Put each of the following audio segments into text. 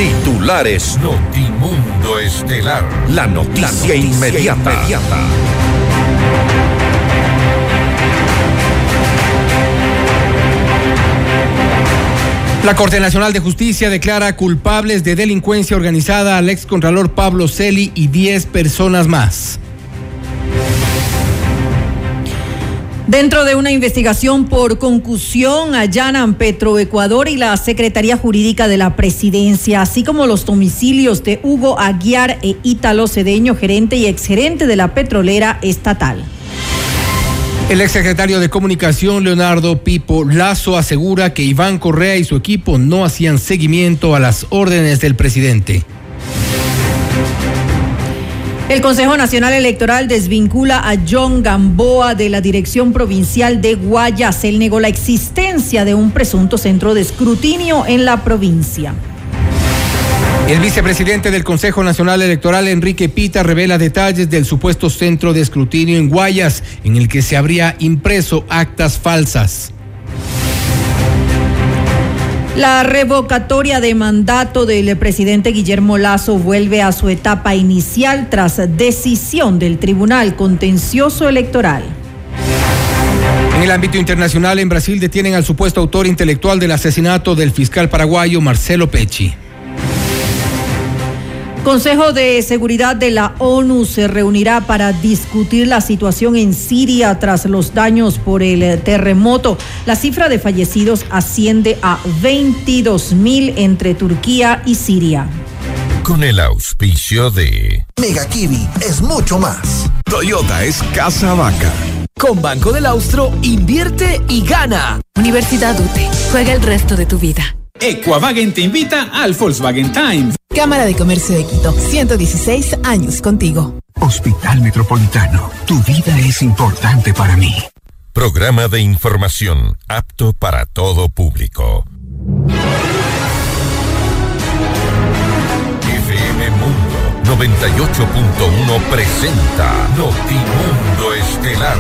Titulares. Notimundo Estelar. La noticia inmediata. La Corte Nacional de Justicia declara culpables de delincuencia organizada al excontralor Pablo Celi y 10 personas más. Dentro de una investigación por concusión, allanan Petroecuador y la Secretaría Jurídica de la Presidencia, así como los domicilios de Hugo Aguiar e Ítalo Cedeño, gerente y exgerente de la petrolera estatal. El exsecretario de Comunicación, Leonardo Pipo Lazo, asegura que Iván Correa y su equipo no hacían seguimiento a las órdenes del presidente. El Consejo Nacional Electoral desvincula a John Gamboa de la Dirección Provincial de Guayas. Él negó la existencia de un presunto centro de escrutinio en la provincia. El vicepresidente del Consejo Nacional Electoral, Enrique Pita, revela detalles del supuesto centro de escrutinio en Guayas, en el que se habría impreso actas falsas. La revocatoria de mandato del presidente Guillermo Lasso vuelve a su etapa inicial tras decisión del Tribunal Contencioso Electoral. En el ámbito internacional, en Brasil detienen al supuesto autor intelectual del asesinato del fiscal paraguayo Marcelo Pecci. Consejo de Seguridad de la ONU se reunirá para discutir la situación en Siria tras los daños por el terremoto. La cifra de fallecidos asciende a 22.000 entre Turquía y Siria. Con el auspicio de Mega Kiwi es mucho más. Toyota es Casa Vaca. Con Banco del Austro, invierte y gana. Universidad UTE, juega el resto de tu vida. Equavagen te invita al Volkswagen Time. Cámara de Comercio de Quito, 116 años contigo. Hospital Metropolitano, tu vida es importante para mí. Programa de información apto para todo público. FM Mundo 98.1 presenta Notimundo Estelar.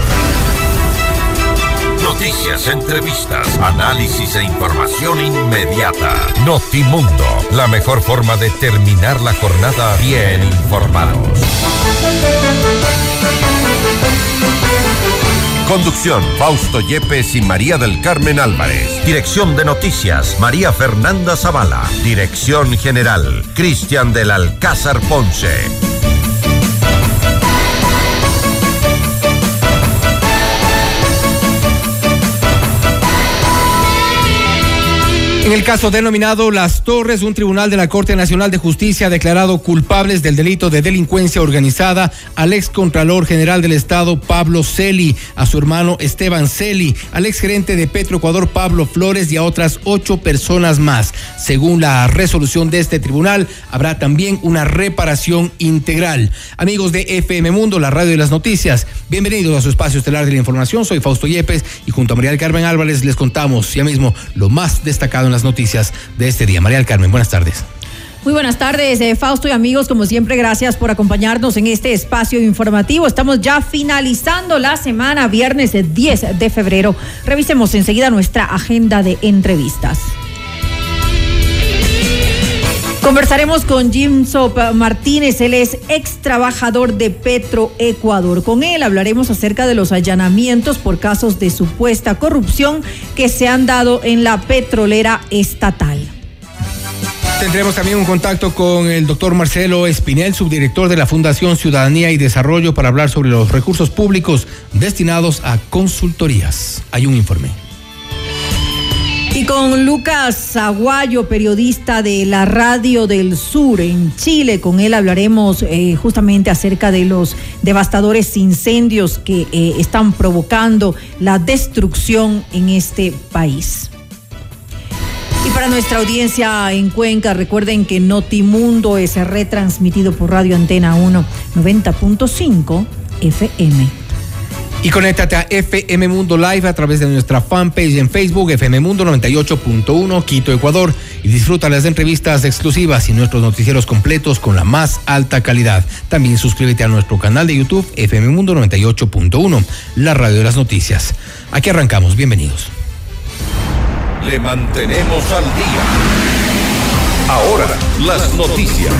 Noticias, entrevistas, análisis e información inmediata. Notimundo, la mejor forma de terminar la jornada bien informados. Conducción, Fausto Yepes y María del Carmen Álvarez. Dirección de Noticias, María Fernanda Zavala. Dirección General, Cristian del Alcázar Ponce. En el caso denominado Las Torres, un tribunal de la Corte Nacional de Justicia ha declarado culpables del delito de delincuencia organizada al excontralor general del Estado Pablo Celi, a su hermano Esteban Celi, al exgerente de Petroecuador Pablo Flores y a otras 8 personas más. Según la resolución de este tribunal, habrá también una reparación integral. Amigos de FM Mundo, la radio de las noticias, bienvenidos a su espacio estelar de la información. Soy Fausto Yepes y junto a María del Carmen Álvarez les contamos ya mismo lo más destacado en las noticias de este día. María del Carmen, buenas tardes. Muy buenas tardes, Fausto y amigos, como siempre, gracias por acompañarnos en este espacio informativo. Estamos ya finalizando la semana, viernes 10 de febrero. Revisemos enseguida nuestra agenda de entrevistas. Conversaremos con Jimsop Martínez, él es ex trabajador de Petroecuador. Con él hablaremos acerca de los allanamientos por casos de supuesta corrupción que se han dado en la petrolera estatal. Tendremos también un contacto con el doctor Marcelo Espinel, subdirector de la Fundación Ciudadanía y Desarrollo, para hablar sobre los recursos públicos destinados a consultorías. Hay un informe. Y con Lucas Aguayo, periodista de la Radio del Sur en Chile, con él hablaremos justamente acerca de los devastadores incendios que están provocando la destrucción en este país. Y para nuestra audiencia en Cuenca, recuerden que Notimundo es retransmitido por Radio Antena 1 90.5 FM. Y conéctate a FM Mundo Live a través de nuestra fanpage en Facebook, FM Mundo 98.1 Quito, Ecuador, y disfruta las entrevistas exclusivas y nuestros noticieros completos con la más alta calidad. También suscríbete a nuestro canal de YouTube, FM Mundo 98.1, la radio de las noticias. Aquí arrancamos, bienvenidos. Le mantenemos al día. Ahora, las noticias.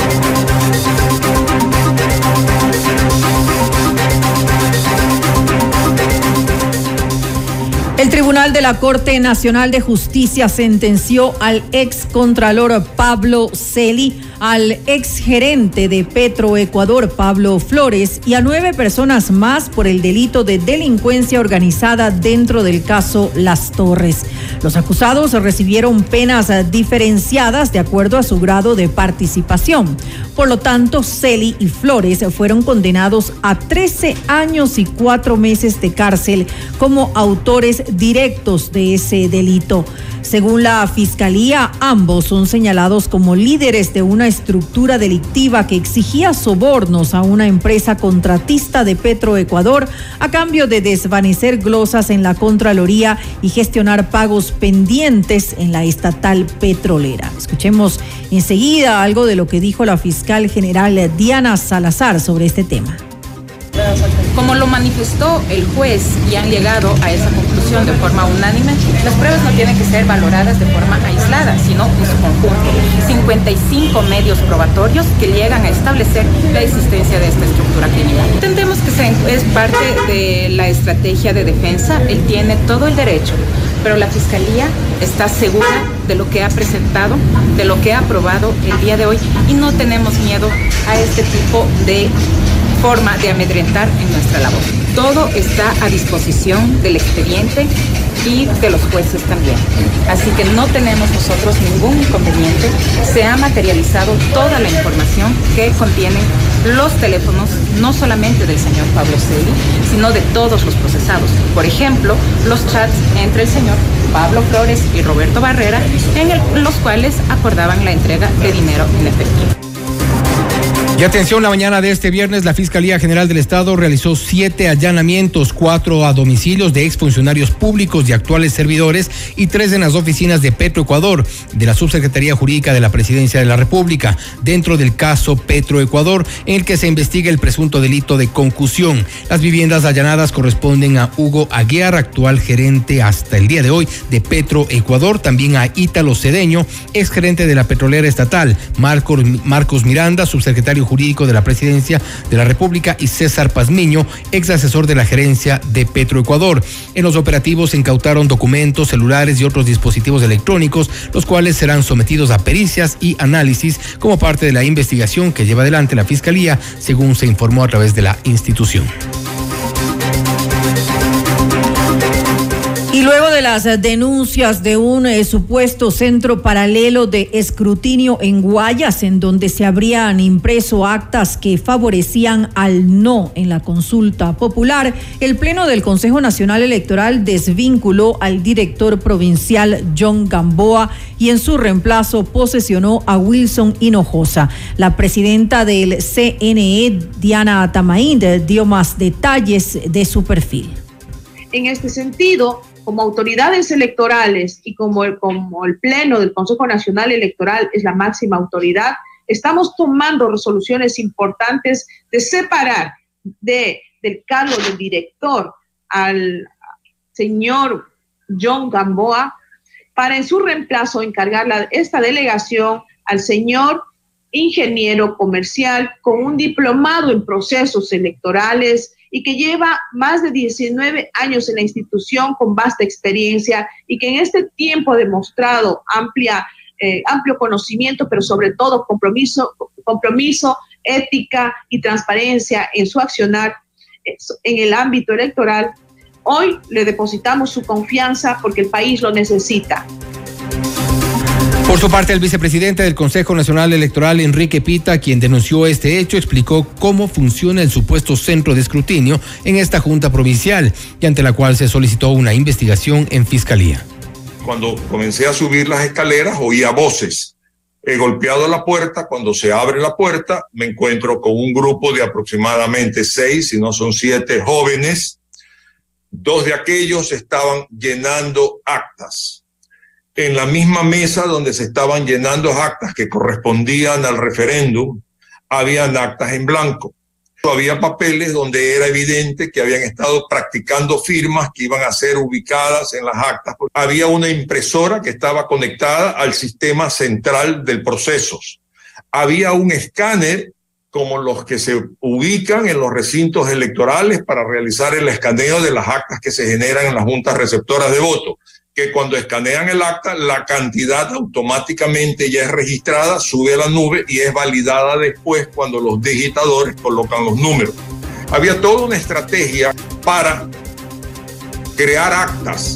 El Tribunal de la Corte Nacional de Justicia sentenció al excontralor Pablo Celi, al exgerente de Petroecuador Pablo Flores y a 9 personas más por el delito de delincuencia organizada dentro del caso Las Torres. Los acusados recibieron penas diferenciadas de acuerdo a su grado de participación. Por lo tanto, Celi y Flores fueron condenados a 13 años y 4 meses de cárcel como autores directos de ese delito. Según la Fiscalía, ambos son señalados como líderes de una estructura delictiva que exigía sobornos a una empresa contratista de Petroecuador a cambio de desvanecer glosas en la Contraloría y gestionar pagos pendientes en la estatal petrolera. Escuchemos enseguida algo de lo que dijo la fiscal general Diana Salazar sobre este tema. Como lo manifestó el juez y han llegado a esa conclusión de forma unánime, las pruebas no tienen que ser valoradas de forma aislada, sino en su conjunto. 55 medios probatorios que llegan a establecer la existencia de esta estructura criminal. Entendemos que es parte de la estrategia de defensa, él tiene todo el derecho, pero la Fiscalía está segura de lo que ha presentado, de lo que ha aprobado el día de hoy y no tenemos miedo a este tipo de forma de amedrentar en nuestra labor. Todo está a disposición del expediente y de los jueces también. Así que no tenemos nosotros ningún inconveniente. Se ha materializado toda la información que contienen los teléfonos, no solamente del señor Pablo Celi, sino de todos los procesados. Por ejemplo, los chats entre el señor Pablo Flores y Roberto Barrera, en los cuales acordaban la entrega de dinero en efectivo. Y atención, la mañana de este viernes, la Fiscalía General del Estado realizó 7 allanamientos, 4 a domicilios de exfuncionarios públicos y actuales servidores y 3 en las oficinas de Petroecuador, de la Subsecretaría Jurídica de la Presidencia de la República, dentro del caso Petroecuador, en el que se investiga el presunto delito de concusión. Las viviendas allanadas corresponden a Hugo Aguiar, actual gerente hasta el día de hoy de Petroecuador, también a Ítalo Cedeño, exgerente de la petrolera estatal, Marcos Miranda, subsecretario jurídico de la Presidencia de la República, y César Pazmiño, ex asesor de la gerencia de Petroecuador. En los operativos se incautaron documentos, celulares y otros dispositivos electrónicos, los cuales serán sometidos a pericias y análisis como parte de la investigación que lleva adelante la Fiscalía, según se informó a través de la institución. Y luego de las denuncias de un supuesto centro paralelo de escrutinio en Guayas, en donde se habrían impreso actas que favorecían al no en la consulta popular, el Pleno del Consejo Nacional Electoral desvinculó al director provincial John Gamboa y en su reemplazo posesionó a Wilson Hinojosa. La presidenta del CNE, Diana Tamaín, dio más detalles de su perfil. En este sentido, como autoridades electorales y como el Pleno del Consejo Nacional Electoral es la máxima autoridad, estamos tomando resoluciones importantes de separar del cargo del director al señor John Gamboa para en su reemplazo encargar esta delegación al señor ingeniero comercial con un diplomado en procesos electorales y que lleva más de 19 años en la institución con vasta experiencia y que en este tiempo ha demostrado amplio conocimiento, pero sobre todo compromiso, ética y transparencia en su accionar en el ámbito electoral. Hoy le depositamos su confianza porque el país lo necesita. Por su parte, el vicepresidente del Consejo Nacional Electoral, Enrique Pita, quien denunció este hecho, explicó cómo funciona el supuesto centro de escrutinio en esta junta provincial y ante la cual se solicitó una investigación en fiscalía. Cuando comencé a subir las escaleras, oía voces. He golpeado la puerta. Cuando se abre la puerta, me encuentro con un grupo de aproximadamente 6, si no son 7 jóvenes. 2 de aquellos estaban llenando actas. En la misma mesa donde se estaban llenando actas que correspondían al referéndum, habían actas en blanco. Había papeles donde era evidente que habían estado practicando firmas que iban a ser ubicadas en las actas. Había una impresora que estaba conectada al sistema central del proceso. Había un escáner como los que se ubican en los recintos electorales para realizar el escaneo de las actas que se generan en las juntas receptoras de voto, que cuando escanean el acta, la cantidad automáticamente ya es registrada, sube a la nube y es validada después cuando los digitadores colocan los números. Había toda una estrategia para crear actas.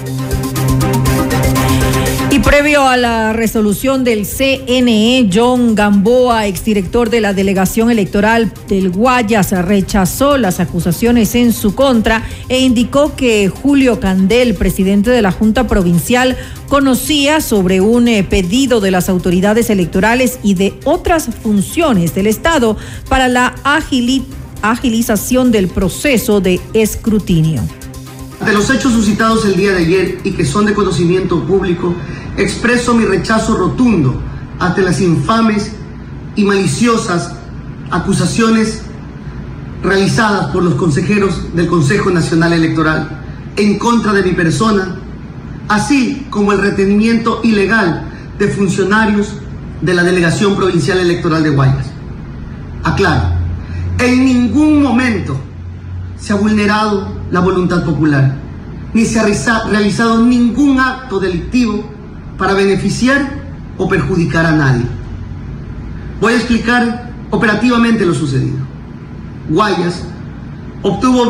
Y previo a la resolución del CNE, John Gamboa, exdirector de la Delegación Electoral del Guayas, rechazó las acusaciones en su contra e indicó que Julio Candel, presidente de la Junta Provincial, conocía sobre un pedido de las autoridades electorales y de otras funciones del Estado para la agilización del proceso de escrutinio. De los hechos suscitados el día de ayer y que son de conocimiento público, expreso mi rechazo rotundo ante las infames y maliciosas acusaciones realizadas por los consejeros del Consejo Nacional Electoral en contra de mi persona, así como el retenimiento ilegal de funcionarios de la Delegación Provincial Electoral de Guayas. Aclaro, en ningún momento se ha vulnerado la voluntad popular, ni se ha realizado ningún acto delictivo para beneficiar o perjudicar a nadie. Voy a explicar operativamente lo sucedido. Guayas obtuvo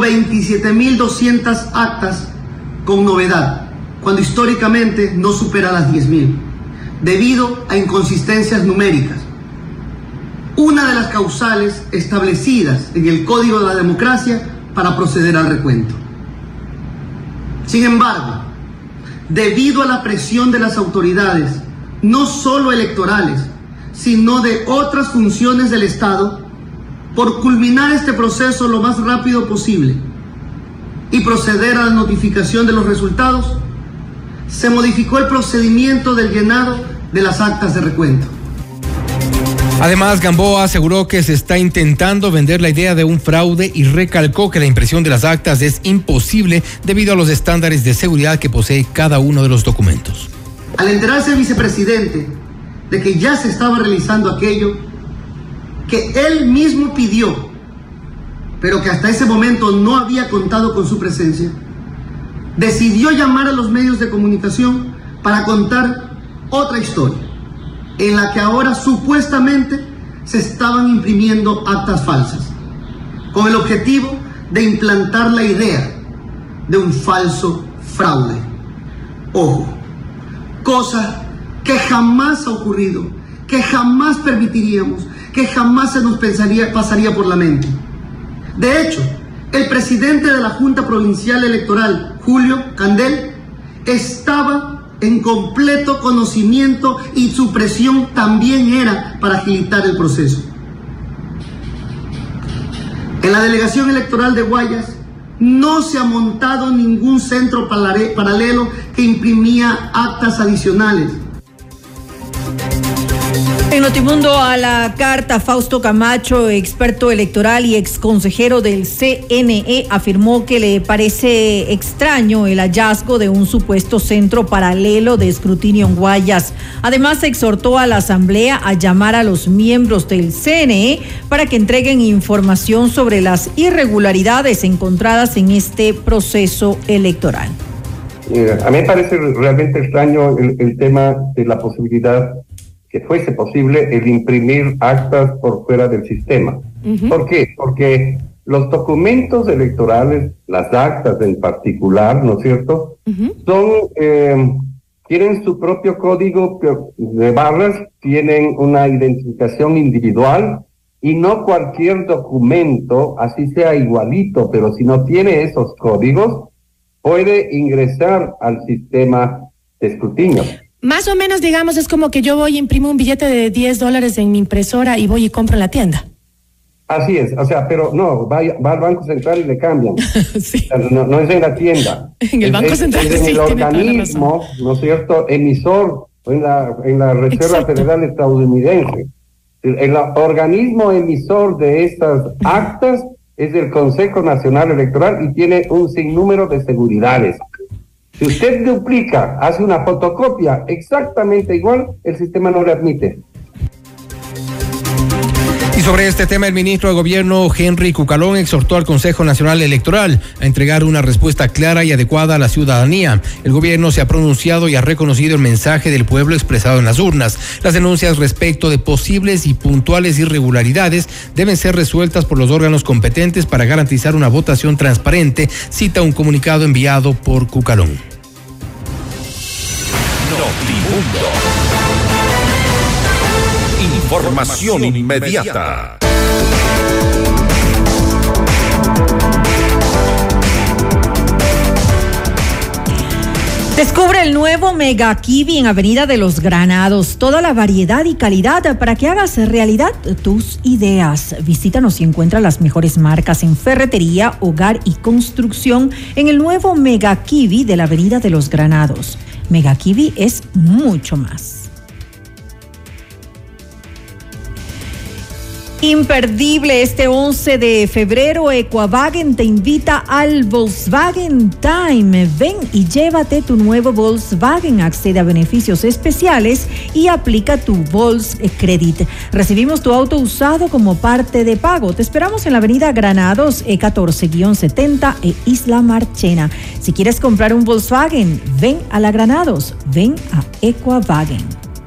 27.200 actas con novedad, cuando históricamente no supera las 10.000, debido a inconsistencias numéricas. Una de las causales establecidas en el Código de la Democracia para proceder al recuento. Sin embargo, debido a la presión de las autoridades, no solo electorales, sino de otras funciones del Estado, por culminar este proceso lo más rápido posible y proceder a la notificación de los resultados, se modificó el procedimiento del llenado de las actas de recuento. Además, Gamboa aseguró que se está intentando vender la idea de un fraude y recalcó que la impresión de las actas es imposible debido a los estándares de seguridad que posee cada uno de los documentos. Al enterarse el vicepresidente de que ya se estaba realizando aquello que él mismo pidió, pero que hasta ese momento no había contado con su presencia, decidió llamar a los medios de comunicación para contar otra historia, en la que ahora supuestamente se estaban imprimiendo actas falsas, con el objetivo de implantar la idea de un falso fraude. Ojo, cosa que jamás ha ocurrido, que jamás permitiríamos, que jamás se nos pasaría por la mente. De hecho, el presidente de la Junta Provincial Electoral, Julio Candel, estaba en completo conocimiento y su presión también era para agilitar el proceso. En la Delegación Electoral de Guayas no se ha montado ningún centro paralelo que imprimía actas adicionales. En Notimundo a la carta, Fausto Camacho, experto electoral y exconsejero del CNE, afirmó que le parece extraño el hallazgo de un supuesto centro paralelo de escrutinio en Guayas. Además, exhortó a la Asamblea a llamar a los miembros del CNE para que entreguen información sobre las irregularidades encontradas en este proceso electoral. A mí me parece realmente extraño el tema de la posibilidad que fuese posible el imprimir actas por fuera del sistema. ¿Por qué? Porque los documentos electorales, las actas en particular, ¿no es cierto?, tienen su propio código de barras, tienen una identificación individual y no cualquier documento, así sea igualito, pero si no tiene esos códigos, puede ingresar al sistema de escrutinio. Más o menos, digamos, es como que yo voy y imprimo un billete de $10 en mi impresora y voy y compro en la tienda. Así es, o sea, pero no, va al Banco Central y le cambian. Sí. O sea, no es en la tienda. En el Banco Central es en el organismo, ¿no es cierto?, emisor, en la Reserva Federal estadounidense. El organismo emisor de estas actas es el Consejo Nacional Electoral y tiene un sinnúmero de seguridades. Si usted duplica, hace una fotocopia exactamente igual, el sistema no le admite. Y sobre este tema, el ministro de Gobierno, Henry Cucalón, exhortó al Consejo Nacional Electoral a entregar una respuesta clara y adecuada a la ciudadanía. El gobierno se ha pronunciado y ha reconocido el mensaje del pueblo expresado en las urnas. Las denuncias respecto de posibles y puntuales irregularidades deben ser resueltas por los órganos competentes para garantizar una votación transparente, cita un comunicado enviado por Cucalón. Notimundo. Información inmediata. Descubre el nuevo Mega Kiwi en Avenida de los Granados. Toda la variedad y calidad para que hagas realidad tus ideas. Visítanos y encuentra las mejores marcas en ferretería, hogar y construcción en el nuevo Mega Kiwi de la Avenida de los Granados. Mega Kiwi es mucho más. Imperdible, este 11 de febrero, Equavagen te invita al Volkswagen Time. Ven y llévate tu nuevo Volkswagen, accede a beneficios especiales y aplica tu Volkscredit. Recibimos tu auto usado como parte de pago. Te esperamos en la avenida Granados, E14-70 e Isla Marchena. Si quieres comprar un Volkswagen, ven a la Granados, ven a Equavagen.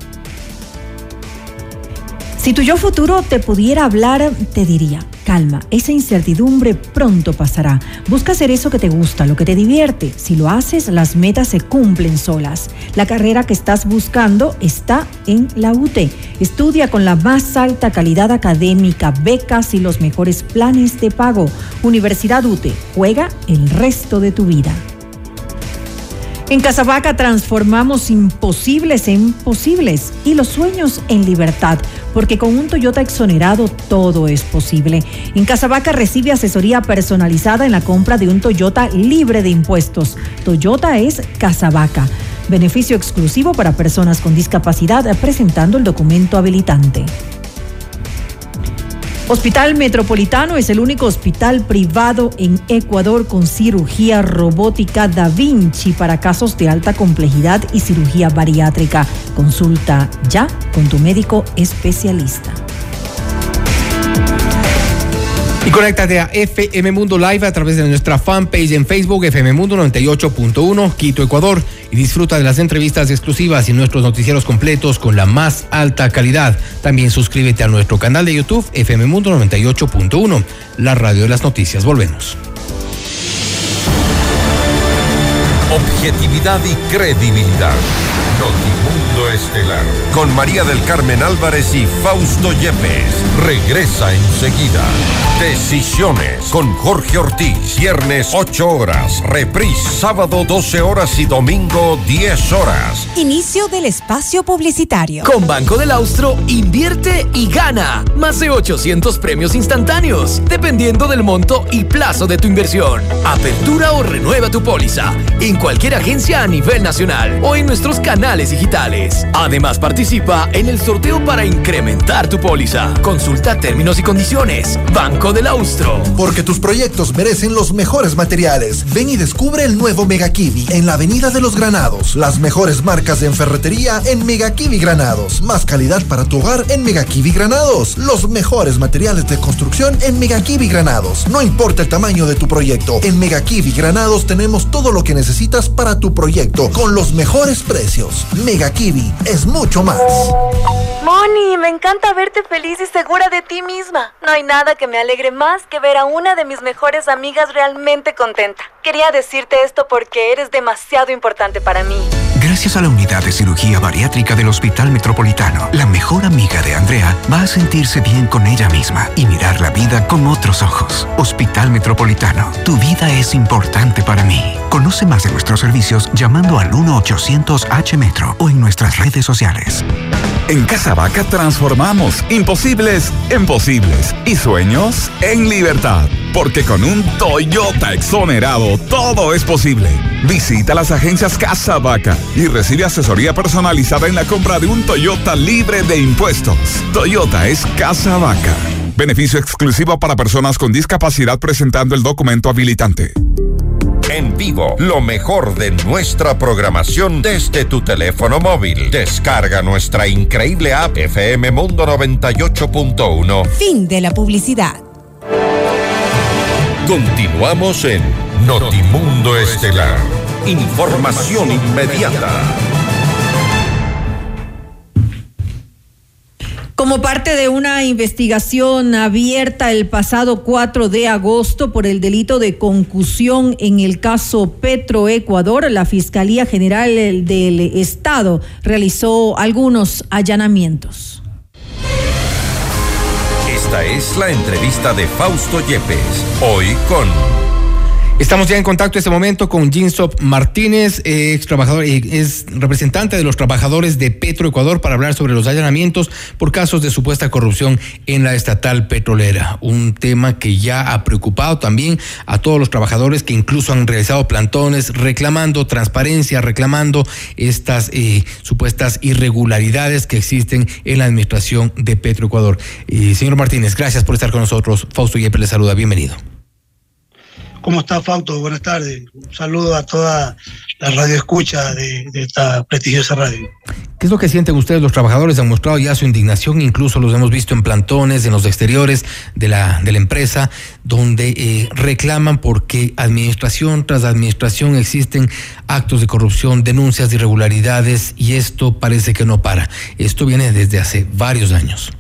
Si tu yo futuro te pudiera hablar, te diría: calma, esa incertidumbre pronto pasará. Busca hacer eso que te gusta, lo que te divierte. Si lo haces, las metas se cumplen solas. La carrera que estás buscando está en la UTE. Estudia con la más alta calidad académica, becas y los mejores planes de pago. Universidad UTE, juega el resto de tu vida. En Casablanca transformamos imposibles en posibles y los sueños en libertad, porque con un Toyota exonerado todo es posible. En Casablanca recibe asesoría personalizada en la compra de un Toyota libre de impuestos. Toyota es Casablanca. Beneficio exclusivo para personas con discapacidad presentando el documento habilitante. Hospital Metropolitano es el único hospital privado en Ecuador con cirugía robótica Da Vinci para casos de alta complejidad y cirugía bariátrica. Consulta ya con tu médico especialista. Y conéctate a FM Mundo Live a través de nuestra fanpage en Facebook, FM Mundo 98.1, Quito, Ecuador, y disfruta de las entrevistas exclusivas y nuestros noticieros completos con la más alta calidad. También suscríbete a nuestro canal de YouTube, FM Mundo 98.1, la radio de las noticias. Volvemos. Objetividad y credibilidad. Notimundo Estelar. Con María del Carmen Álvarez y Fausto Yepes. Regresa enseguida. Decisiones con Jorge Ortiz. Viernes 8 horas. Reprise sábado 12 horas y domingo 10 horas. Inicio del espacio publicitario. Con Banco del Austro, invierte y gana. Más de 800 premios instantáneos, dependiendo del monto y plazo de tu inversión. Apertura o renueva tu póliza en cualquier agencia a nivel nacional o en nuestros canales digitales. Además, participa en el sorteo para incrementar tu póliza. Consulta términos y condiciones. Banco del Austro. Porque tus proyectos merecen los mejores materiales. Ven y descubre el nuevo Mega Kiwi en la Avenida de los Granados. Las mejores marcas en ferretería en Mega Kiwi Granados. Más calidad para tu hogar en Mega Kiwi Granados. Los mejores materiales de construcción en Mega Kiwi Granados. No importa el tamaño de tu proyecto, en Mega Kiwi Granados tenemos todo lo que necesitas para tu proyecto con los mejores precios. Mega Kiwi es mucho más. Moni, me encanta verte feliz y segura de ti misma. No hay nada que me alegre más que ver a una de mis mejores amigas realmente contenta. Quería decirte esto porque eres demasiado importante para mí. Gracias a la unidad de cirugía bariátrica del Hospital Metropolitano, la mejor amiga de Andrea va a sentirse bien con ella misma y mirar la vida con otros ojos. Hospital Metropolitano, tu vida es importante para mí. Conoce más de nuestros servicios llamando al 1-800-H-METRO o en nuestras redes sociales. En Casablanca transformamos transformamos imposibles en posibles y sueños en libertad. Porque con un Toyota exonerado todo es posible. Visita las agencias Casa Vaca y recibe asesoría personalizada en la compra de un Toyota libre de impuestos. Toyota es Casa Vaca. Beneficio exclusivo para personas con discapacidad presentando el documento habilitante. En vivo, lo mejor de nuestra programación desde tu teléfono móvil. Descarga nuestra increíble app FM Mundo 98.1. Fin de la publicidad. Continuamos en Notimundo Estelar. Información inmediata. Como parte de una investigación abierta el pasado 4 de agosto por el delito de concusión en el caso Petroecuador, la Fiscalía General del Estado realizó algunos allanamientos. Esta es la entrevista de Fausto Yepes, hoy con... Estamos ya en contacto en este momento con Jinsop Martínez, ex trabajador, es representante de los trabajadores de Petroecuador, para hablar sobre los allanamientos por casos de supuesta corrupción en la estatal petrolera. Un tema que ya ha preocupado también a todos los trabajadores, que incluso han realizado plantones reclamando transparencia, reclamando estas supuestas irregularidades que existen en la administración de Petroecuador. Señor Martínez, gracias por estar con nosotros. Fausto Yepes le saluda, bienvenido. ¿Cómo está, Fausto? Buenas tardes. Un saludo a toda la radio escucha de esta prestigiosa radio. ¿Qué es lo que sienten ustedes? Los trabajadores han mostrado ya su indignación, incluso los hemos visto en plantones, en los exteriores de la empresa, donde reclaman porque administración tras administración existen actos de corrupción, denuncias de irregularidades, y esto parece que no para. Esto viene desde hace varios años.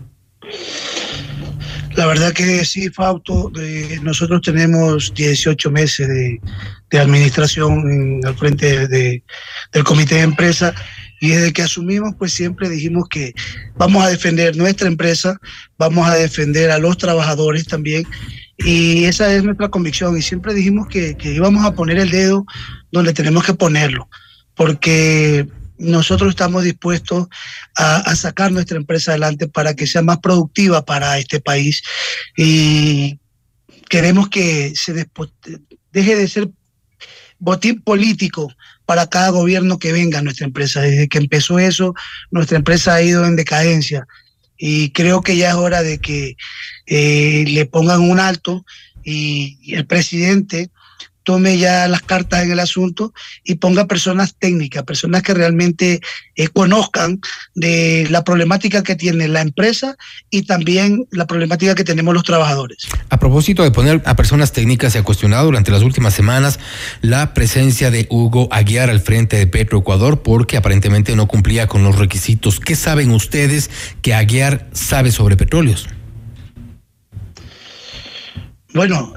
La verdad que sí, Fausto, nosotros tenemos 18 meses de administración al frente del comité de empresa, y desde que asumimos pues siempre dijimos que vamos a defender nuestra empresa, vamos a defender a los trabajadores también, y esa es nuestra convicción, y siempre dijimos que íbamos a poner el dedo donde tenemos que ponerlo, porque nosotros estamos dispuestos a sacar nuestra empresa adelante para que sea más productiva para este país, y queremos que se deje de ser botín político para cada gobierno que venga a nuestra empresa. Desde que empezó eso, nuestra empresa ha ido en decadencia, y creo que ya es hora de que le pongan un alto y el presidente tome ya las cartas en el asunto y ponga personas técnicas, personas que realmente conozcan de la problemática que tiene la empresa y también la problemática que tenemos los trabajadores. A propósito de poner a personas técnicas, se ha cuestionado durante las últimas semanas la presencia de Hugo Aguiar al frente de Petroecuador, porque aparentemente no cumplía con los requisitos. ¿Qué saben ustedes que Aguiar sabe sobre petróleos? Bueno,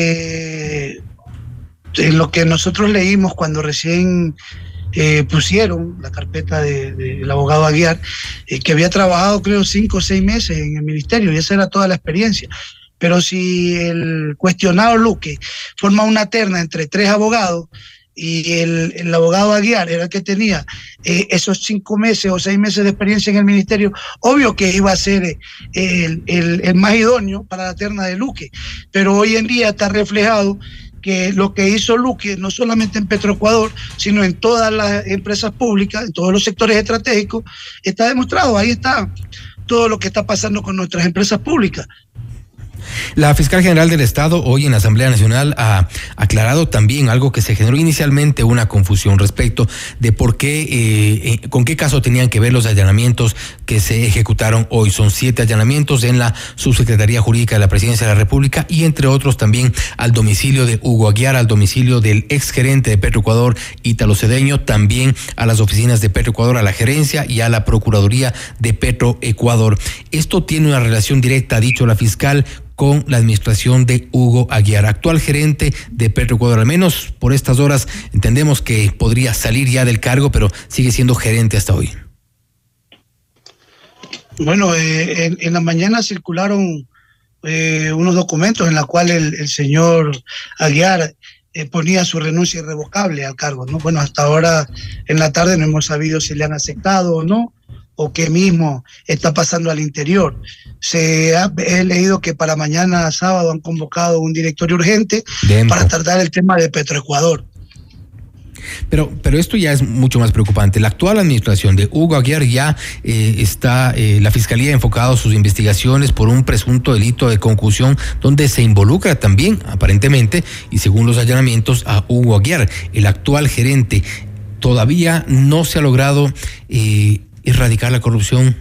en lo que nosotros leímos cuando recién pusieron la carpeta del abogado Aguiar, que había trabajado creo 5 o 6 meses en el ministerio, y esa era toda la experiencia. Pero si el cuestionado Luque forma una terna entre 3 abogados y el abogado Aguiar era el que tenía esos 5 meses o 6 meses de experiencia en el ministerio, obvio que iba a ser el más idóneo para la terna de Luque. Pero hoy en día está reflejado que lo que hizo Luque, no solamente en Petroecuador, sino en todas las empresas públicas, en todos los sectores estratégicos, está demostrado. Ahí está todo lo que está pasando con nuestras empresas públicas. La fiscal general del Estado hoy en la Asamblea Nacional ha aclarado también algo que se generó inicialmente una confusión respecto de por qué, con qué caso tenían que ver los allanamientos que se ejecutaron hoy. Son 7 allanamientos en la Subsecretaría Jurídica de la Presidencia de la República, y entre otros también al domicilio de Hugo Aguiar, al domicilio del exgerente de Petroecuador, Ítalo Cedeño, también a las oficinas de Petroecuador, a la gerencia y a la Procuraduría de Petroecuador. Esto tiene una relación directa, ha dicho la fiscal, con la administración de Hugo Aguiar, actual gerente de Petroecuador. Al menos por estas horas entendemos que podría salir ya del cargo, pero sigue siendo gerente hasta hoy. Bueno, en la mañana circularon unos documentos en los cuales el señor Aguiar ponía su renuncia irrevocable al cargo, ¿no? Bueno, hasta ahora en la tarde no hemos sabido si le han aceptado o no, o qué mismo está pasando al interior. He leído que para mañana sábado han convocado un directorio urgente para tratar el tema de Petroecuador. Pero esto ya es mucho más preocupante. La actual administración de Hugo Aguiar ya está la Fiscalía enfocado sus investigaciones por un presunto delito de concusión donde se involucra también, aparentemente, y según los allanamientos, a Hugo Aguiar, el actual gerente. Todavía no se ha logrado erradicar la corrupción.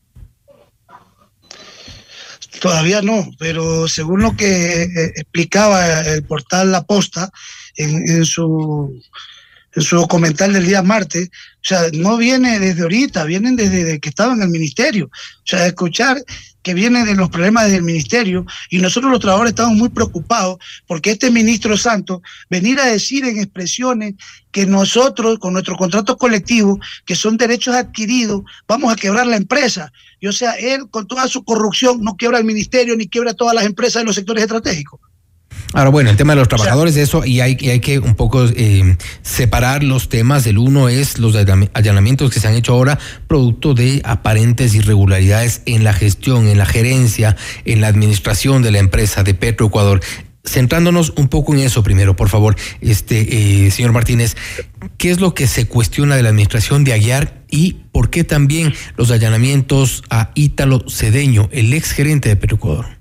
Todavía no, pero según lo que explicaba el portal La Posta en su documental del día martes, o sea, no viene desde ahorita, vienen desde que estaba en el ministerio. O sea, escuchar que viene de los problemas del ministerio, y nosotros los trabajadores estamos muy preocupados porque este ministro Santos venir a decir en expresiones que nosotros, con nuestro contrato colectivo, que son derechos adquiridos, vamos a quebrar la empresa. Y o sea, él con toda su corrupción no quiebra el ministerio ni quiebra todas las empresas de los sectores estratégicos. Ahora, bueno, el tema de los trabajadores, eso, y hay que un poco separar los temas. El uno es los allanamientos que se han hecho ahora producto de aparentes irregularidades en la gestión, en la gerencia, en la administración de la empresa de Petroecuador. Centrándonos un poco en eso primero, por favor, señor Martínez, ¿qué es lo que se cuestiona de la administración de Aguiar y por qué también los allanamientos a Ítalo Cedeño, el ex gerente de Petroecuador?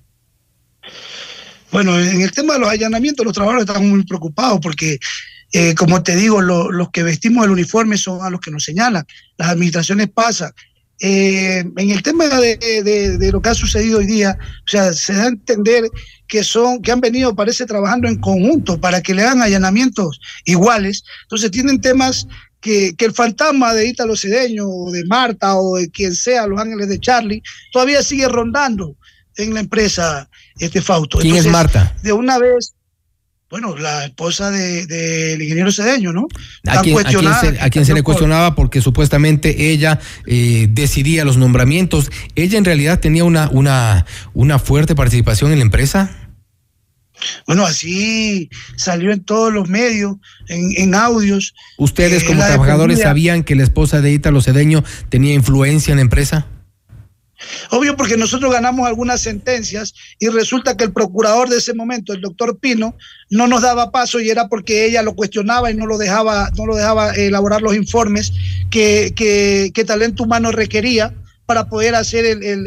Bueno, en el tema de los allanamientos, los trabajadores están muy preocupados porque, como te digo, los que vestimos el uniforme son a los que nos señalan. Las administraciones pasan. En el tema de lo que ha sucedido hoy día, o sea, se da a entender que han venido, parece, trabajando en conjunto para que le hagan allanamientos iguales. Entonces tienen temas que el fantasma de Ítalo Cedeño, o de Marta, o de quien sea, los ángeles de Charlie, todavía sigue rondando en la empresa, Fausto. ¿Quién es Marta? De una vez, bueno, la esposa del ingeniero Cedeño, ¿no? ¿A quién se le cuestionaba porque supuestamente ella decidía los nombramientos? ¿Ella en realidad tenía una fuerte participación en la empresa? Bueno, así salió en todos los medios, en audios. ¿Ustedes como trabajadores sabían que la esposa de Ítalo Cedeño tenía influencia en la empresa? Obvio, porque nosotros ganamos algunas sentencias y resulta que el procurador de ese momento, el doctor Pino, no nos daba paso, y era porque ella lo cuestionaba y no lo dejaba elaborar los informes que Talento Humano requería para poder hacer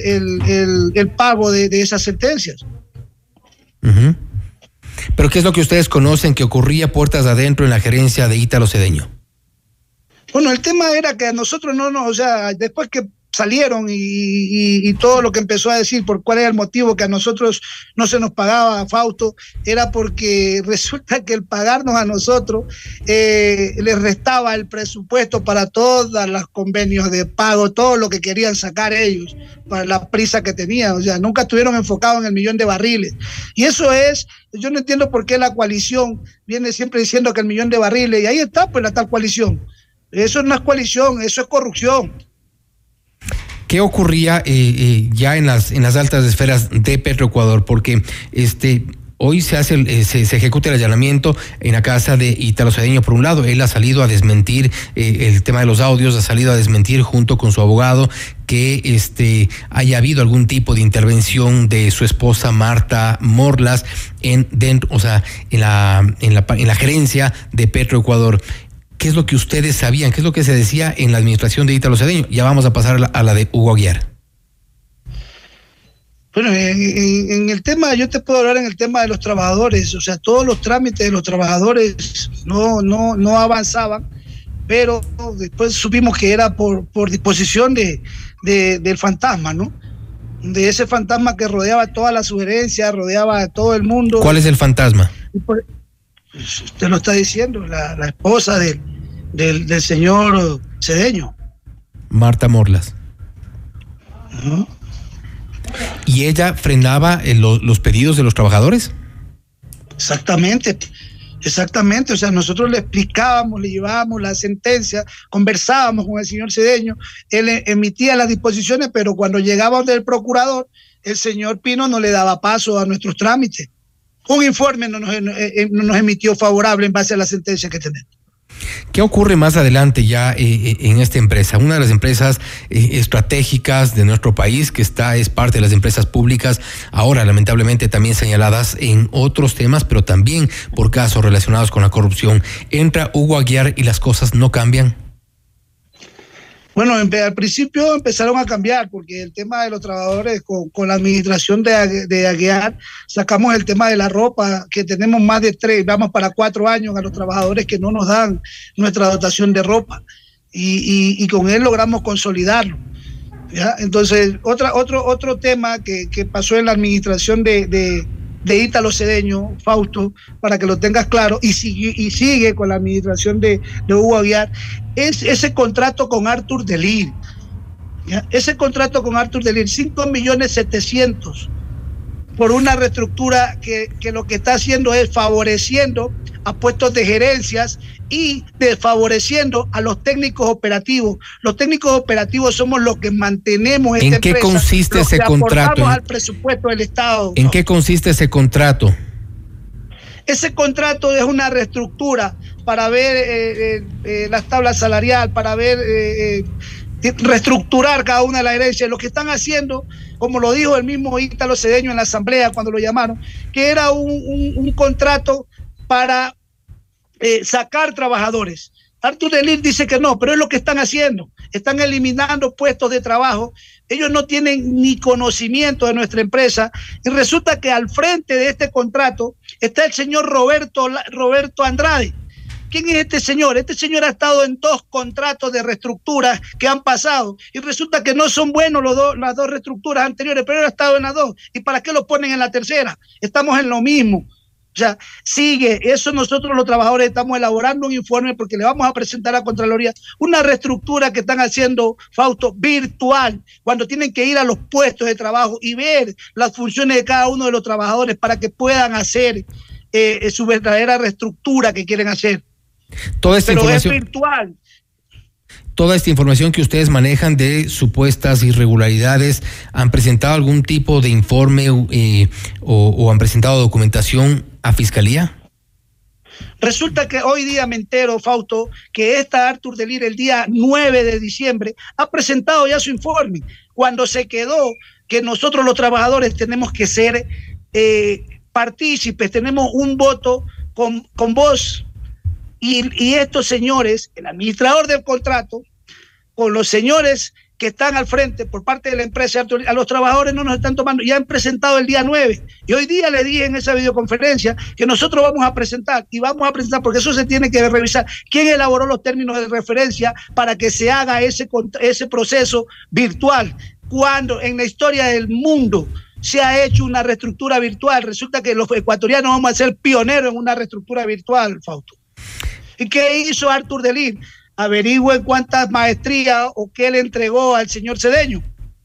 el pago de esas sentencias. Uh-huh. ¿Pero qué es lo que ustedes conocen que ocurría puertas adentro en la gerencia de Ítalo Cedeño? Bueno, el tema era que a nosotros o sea, después que salieron y todo lo que empezó a decir por cuál era el motivo que a nosotros no se nos pagaba, Fausto, era porque resulta que el pagarnos a nosotros les restaba el presupuesto para todos los convenios de pago, todo lo que querían sacar ellos, para la prisa que tenían. O sea, nunca estuvieron enfocados en el 1.000.000 de barriles. Y eso es, yo no entiendo por qué la coalición viene siempre diciendo que el 1.000.000 de barriles, y ahí está pues la tal coalición. Eso no es coalición, eso es corrupción. ¿Qué ocurría ya en las altas esferas de Petroecuador? Porque hoy se ejecuta el allanamiento en la casa de Ítalo Cedeño. Por un lado, él ha salido a desmentir el tema de los audios, ha salido a desmentir junto con su abogado que haya habido algún tipo de intervención de su esposa Marta Morlas en la gerencia de Petroecuador. ¿Qué es lo que ustedes sabían? ¿Qué es lo que se decía en la administración de Ítalo Cedeño? Ya vamos a pasar a la de Hugo Aguiar. Bueno, en el tema, yo te puedo hablar en el tema de los trabajadores. O sea, todos los trámites de los trabajadores no avanzaban, pero después supimos que era por disposición del fantasma, ¿no? De ese fantasma que rodeaba toda la sugerencia, rodeaba a todo el mundo. ¿Cuál es el fantasma? Usted lo está diciendo, la esposa del señor Cedeño. Marta Morlas. Uh-huh. ¿Y ella frenaba los pedidos de los trabajadores? Exactamente. O sea, nosotros le explicábamos, le llevábamos la sentencia, conversábamos con el señor Cedeño, él emitía las disposiciones, pero cuando llegaba del procurador, el señor Pino no le daba paso a nuestros trámites. Un informe no nos emitió favorable en base a la sentencia que tenemos. ¿Qué ocurre más adelante ya en esta empresa? Una de las empresas estratégicas de nuestro país, que es parte de las empresas públicas, ahora lamentablemente también señaladas en otros temas, pero también por casos relacionados con la corrupción. Entra Hugo Aguiar y las cosas no cambian. Bueno, al principio empezaron a cambiar porque el tema de los trabajadores con la administración de Aguiar, sacamos el tema de la ropa, que tenemos más de 3, vamos para 4 años a los trabajadores que no nos dan nuestra dotación de ropa y con él logramos consolidarlo. ¿Ya? Entonces, otro tema que pasó en la administración de Ítalo Cedeño, Fausto, para que lo tengas claro, y sigue con la administración de Hugo Aguiar, es ese contrato con Arthur Delir. ¿Ya? Ese contrato con Arthur Delir, 5.700.000 por una reestructura que lo que está haciendo es favoreciendo a puestos de gerencias y desfavoreciendo a los técnicos operativos. Los técnicos operativos somos los que mantenemos esta empresa. ¿En qué consiste ese contrato? Al presupuesto del Estado. ¿En qué consiste ese contrato? Ese contrato es una reestructura para ver las tablas salariales, para ver reestructurar cada una de las herencias. Lo que están haciendo, como lo dijo el mismo Ítalo Cedeño en la asamblea cuando lo llamaron, que era un contrato para sacar trabajadores. Arthur Delir dice que no, pero es lo que están haciendo. Están eliminando puestos de trabajo. Ellos no tienen ni conocimiento de nuestra empresa y resulta que al frente de este contrato está el señor Roberto Andrade. ¿Quién es este señor? Este señor ha estado en 2 contratos de reestructura que han pasado y resulta que no son buenos las 2 reestructuras anteriores, pero él ha estado en las 2. ¿Y para qué lo ponen en la tercera? Estamos en lo mismo. O sea, sigue, eso nosotros los trabajadores estamos elaborando un informe porque le vamos a presentar a Contraloría una reestructura que están haciendo, Fausto, virtual, cuando tienen que ir a los puestos de trabajo y ver las funciones de cada uno de los trabajadores para que puedan hacer su verdadera reestructura que quieren hacer. Toda esta información es virtual. Toda esta información que ustedes manejan de supuestas irregularidades, ¿han presentado algún tipo de informe o han presentado documentación a Fiscalía? Resulta que hoy día me entero, Fausto, que Arthur Delir el día 9 de diciembre ha presentado ya su informe, cuando se quedó que nosotros los trabajadores tenemos que ser partícipes, tenemos un voto con voz. Y estos señores, el administrador del contrato, con los señores que están al frente por parte de la empresa, a los trabajadores no nos están tomando, ya han presentado el día 9. Y hoy día le dije en esa videoconferencia que nosotros vamos a presentar, porque eso se tiene que revisar. ¿Quién elaboró los términos de referencia para que se haga ese proceso virtual? Cuando en la historia del mundo se ha hecho una reestructura virtual, resulta que los ecuatorianos vamos a ser pioneros en una reestructura virtual, Fausto. ¿Y qué hizo Arthur Delir? Averigüen cuántas maestrías o qué le entregó al señor Cedeño.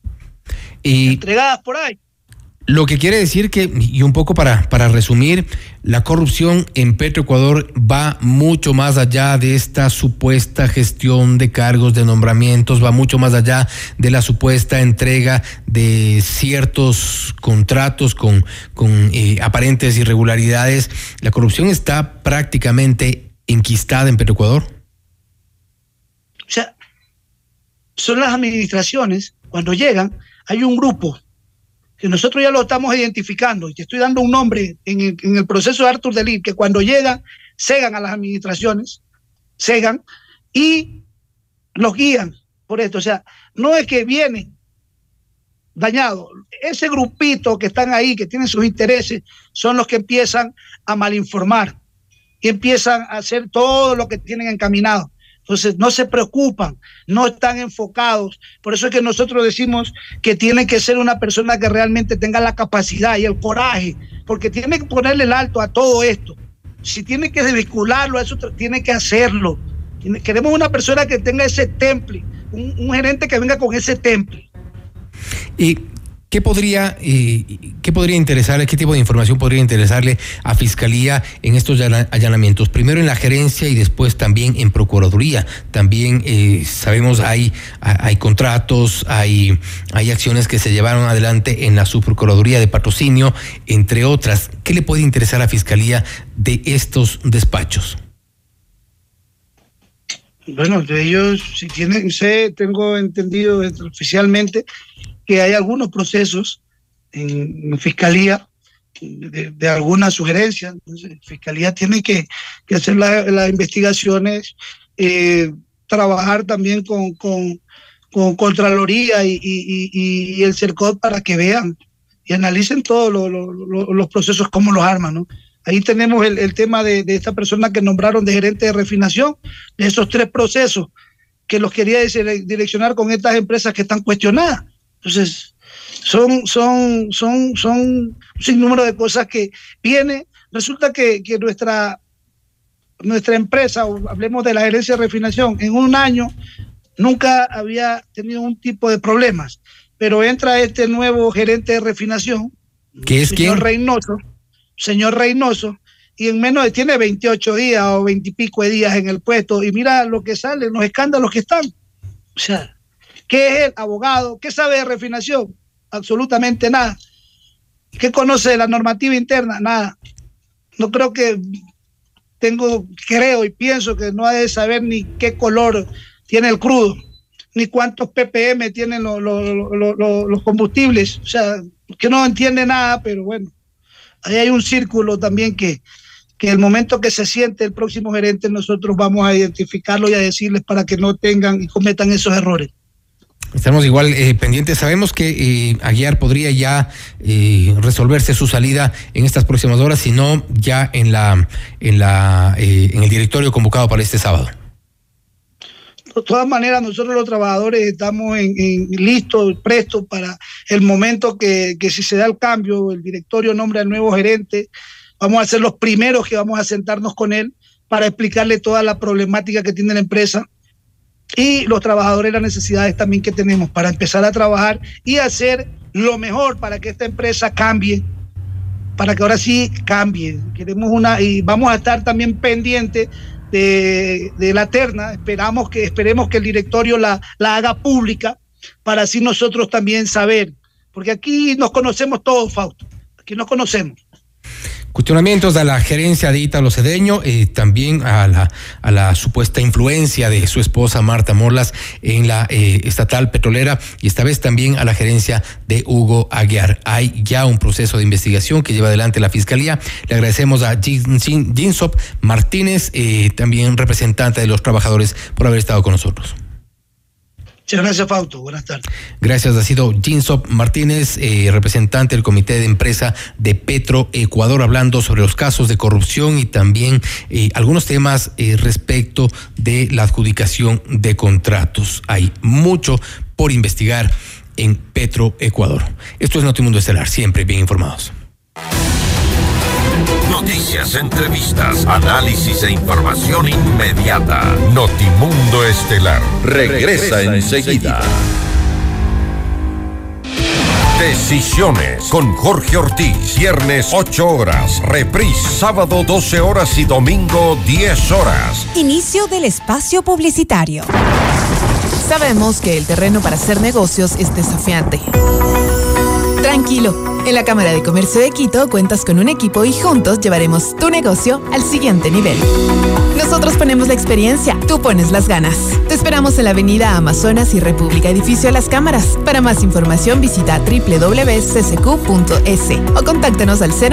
Y entregadas por ahí. Lo que quiere decir que, y un poco para resumir, la corrupción en Petroecuador va mucho más allá de esta supuesta gestión de cargos, de nombramientos, va mucho más allá de la supuesta entrega de ciertos contratos con aparentes irregularidades. La corrupción está prácticamente enquistada en Petroecuador. O sea, son las administraciones, cuando llegan, hay un grupo que nosotros ya lo estamos identificando y te estoy dando un nombre en el proceso de Arthur Delir, que cuando llegan, cegan a las administraciones, cegan y los guían por esto. O sea, no es que vienen dañados. Ese grupito que están ahí, que tienen sus intereses, son los que empiezan a malinformar y empiezan a hacer todo lo que tienen encaminado. Entonces no se preocupan, no están enfocados. Por eso es que nosotros decimos que tiene que ser una persona que realmente tenga la capacidad y el coraje, porque tiene que ponerle el alto a todo esto. Si tiene que desvincularlo a eso, tiene que hacerlo. Queremos una persona que tenga ese temple, un gerente que venga con ese temple. ¿Y qué podría interesarle, qué tipo de información podría interesarle a Fiscalía en estos allanamientos? Primero en la gerencia y después también en Procuraduría. También sabemos hay contratos, hay acciones que se llevaron adelante en la Subprocuraduría de Patrocinio, entre otras. ¿Qué le puede interesar a Fiscalía de estos despachos? Bueno, de ellos, si tienen, tengo entendido oficialmente que hay algunos procesos en Fiscalía de algunas sugerencias. Entonces, Fiscalía tiene que hacer las investigaciones, trabajar también con Contraloría y el CERCOT para que vean y analicen todos los procesos, cómo los arman, ¿no? Ahí tenemos el tema de esta persona que nombraron de gerente de refinación, de esos 3 procesos que los quería direccionar con estas empresas que están cuestionadas. Entonces, son un sinnúmero de cosas que viene. Resulta que nuestra empresa, o hablemos de la gerencia de refinación, en un año nunca había tenido un tipo de problemas, pero entra este nuevo gerente de refinación, ¿qué es quién? Señor Reynoso, y en menos de, tiene 28 días o 20 y pico de días en el puesto, y mira lo que sale, los escándalos que están. O sea, ¿qué es el abogado? ¿Qué sabe de refinación? Absolutamente nada. ¿Qué conoce de la normativa interna? Nada. No creo que creo y pienso que no ha de saber ni qué color tiene el crudo, ni cuántos ppm tienen los combustibles. O sea, que no entiende nada, pero bueno. Ahí hay un círculo también que el momento que se siente el próximo gerente, nosotros vamos a identificarlo y a decirles para que no tengan y cometan esos errores. Estamos igual pendientes. Sabemos que Aguiar podría ya resolverse su salida en estas próximas horas, si no ya en el directorio convocado para este sábado. De todas maneras, nosotros los trabajadores estamos listos, prestos para el momento que si se da el cambio, el directorio nombra al nuevo gerente, vamos a ser los primeros que vamos a sentarnos con él para explicarle toda la problemática que tiene la empresa y los trabajadores, las necesidades también que tenemos para empezar a trabajar y hacer lo mejor para que esta empresa cambie, para que ahora sí cambie. Queremos y vamos a estar también pendientes de la terna. Esperemos que el directorio la haga pública para así nosotros también saber, porque aquí nos conocemos todos, Fausto, aquí nos conocemos. Cuestionamientos a la gerencia de Ítalo Cedeño, también a la supuesta influencia de su esposa Marta Morlas en la estatal petrolera, y esta vez también a la gerencia de Hugo Aguiar. Hay ya un proceso de investigación que lleva adelante la Fiscalía. Le agradecemos a Jinsop Martínez, también representante de los trabajadores, por haber estado con nosotros. Muchas gracias, Fausto. Buenas tardes. Gracias. Ha sido Jinsop Martínez, representante del Comité de Empresa de Petroecuador, hablando sobre los casos de corrupción y también algunos temas respecto de la adjudicación de contratos. Hay mucho por investigar en Petroecuador. Esto es Notimundo Estelar, siempre bien informados. Noticias, entrevistas, análisis e información inmediata. Notimundo Estelar regresa enseguida. Decisiones con Jorge Ortiz. Viernes 8 horas. Reprise sábado 12 horas y domingo 10 horas. Inicio del espacio publicitario. Sabemos que el terreno para hacer negocios es desafiante. Tranquilo. En la Cámara de Comercio de Quito cuentas con un equipo y juntos llevaremos tu negocio al siguiente nivel. Nosotros ponemos la experiencia, tú pones las ganas. Te esperamos en la avenida Amazonas y República, edificio Las Cámaras. Para más información visita www.ccq.es o contáctanos al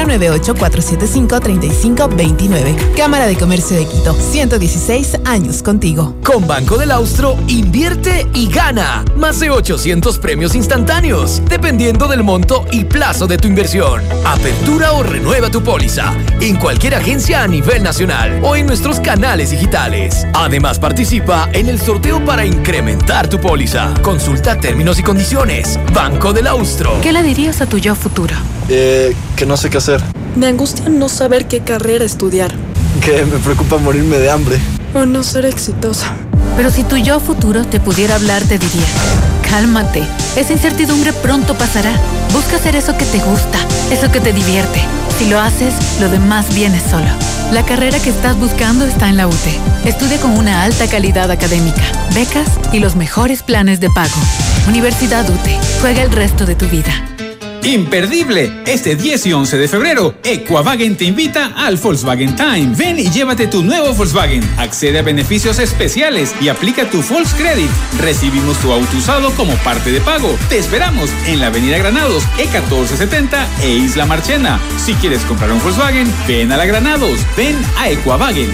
098-475-3529. Cámara de Comercio de Quito, 116 años contigo. Con Banco del Austro, invierte y gana. Más de 800 premios instantáneos, dependiendo del monto y plazo de tu inversión. Apertura o renueva tu póliza en cualquier agencia a nivel nacional o en nuestros canales digitales. Además, participa en el sorteo para incrementar tu póliza. Consulta términos y condiciones. Banco del Austro. ¿Qué le dirías a tu yo futuro? Que no sé qué hacer. Me angustia no saber qué carrera estudiar. Que me preocupa morirme de hambre. O no ser exitosa. Pero si tu yo futuro te pudiera hablar, te diría: cálmate, esa incertidumbre pronto pasará. Busca hacer eso que te gusta, eso que te divierte. Si lo haces, lo demás viene solo. La carrera que estás buscando está en la UTE. Estudia con una alta calidad académica, becas y los mejores planes de pago. Universidad UTE. Juega el resto de tu vida. Imperdible. Este 10 y 11 de febrero, Equavagen te invita al Volkswagen Time. Ven y llévate tu nuevo Volkswagen. Accede a beneficios especiales y aplica tu Volkscredit. Recibimos tu auto usado como parte de pago. Te esperamos en la Avenida Granados, E1470 e Isla Marchena. Si quieres comprar un Volkswagen, ven a la Granados. Ven a Equavagen.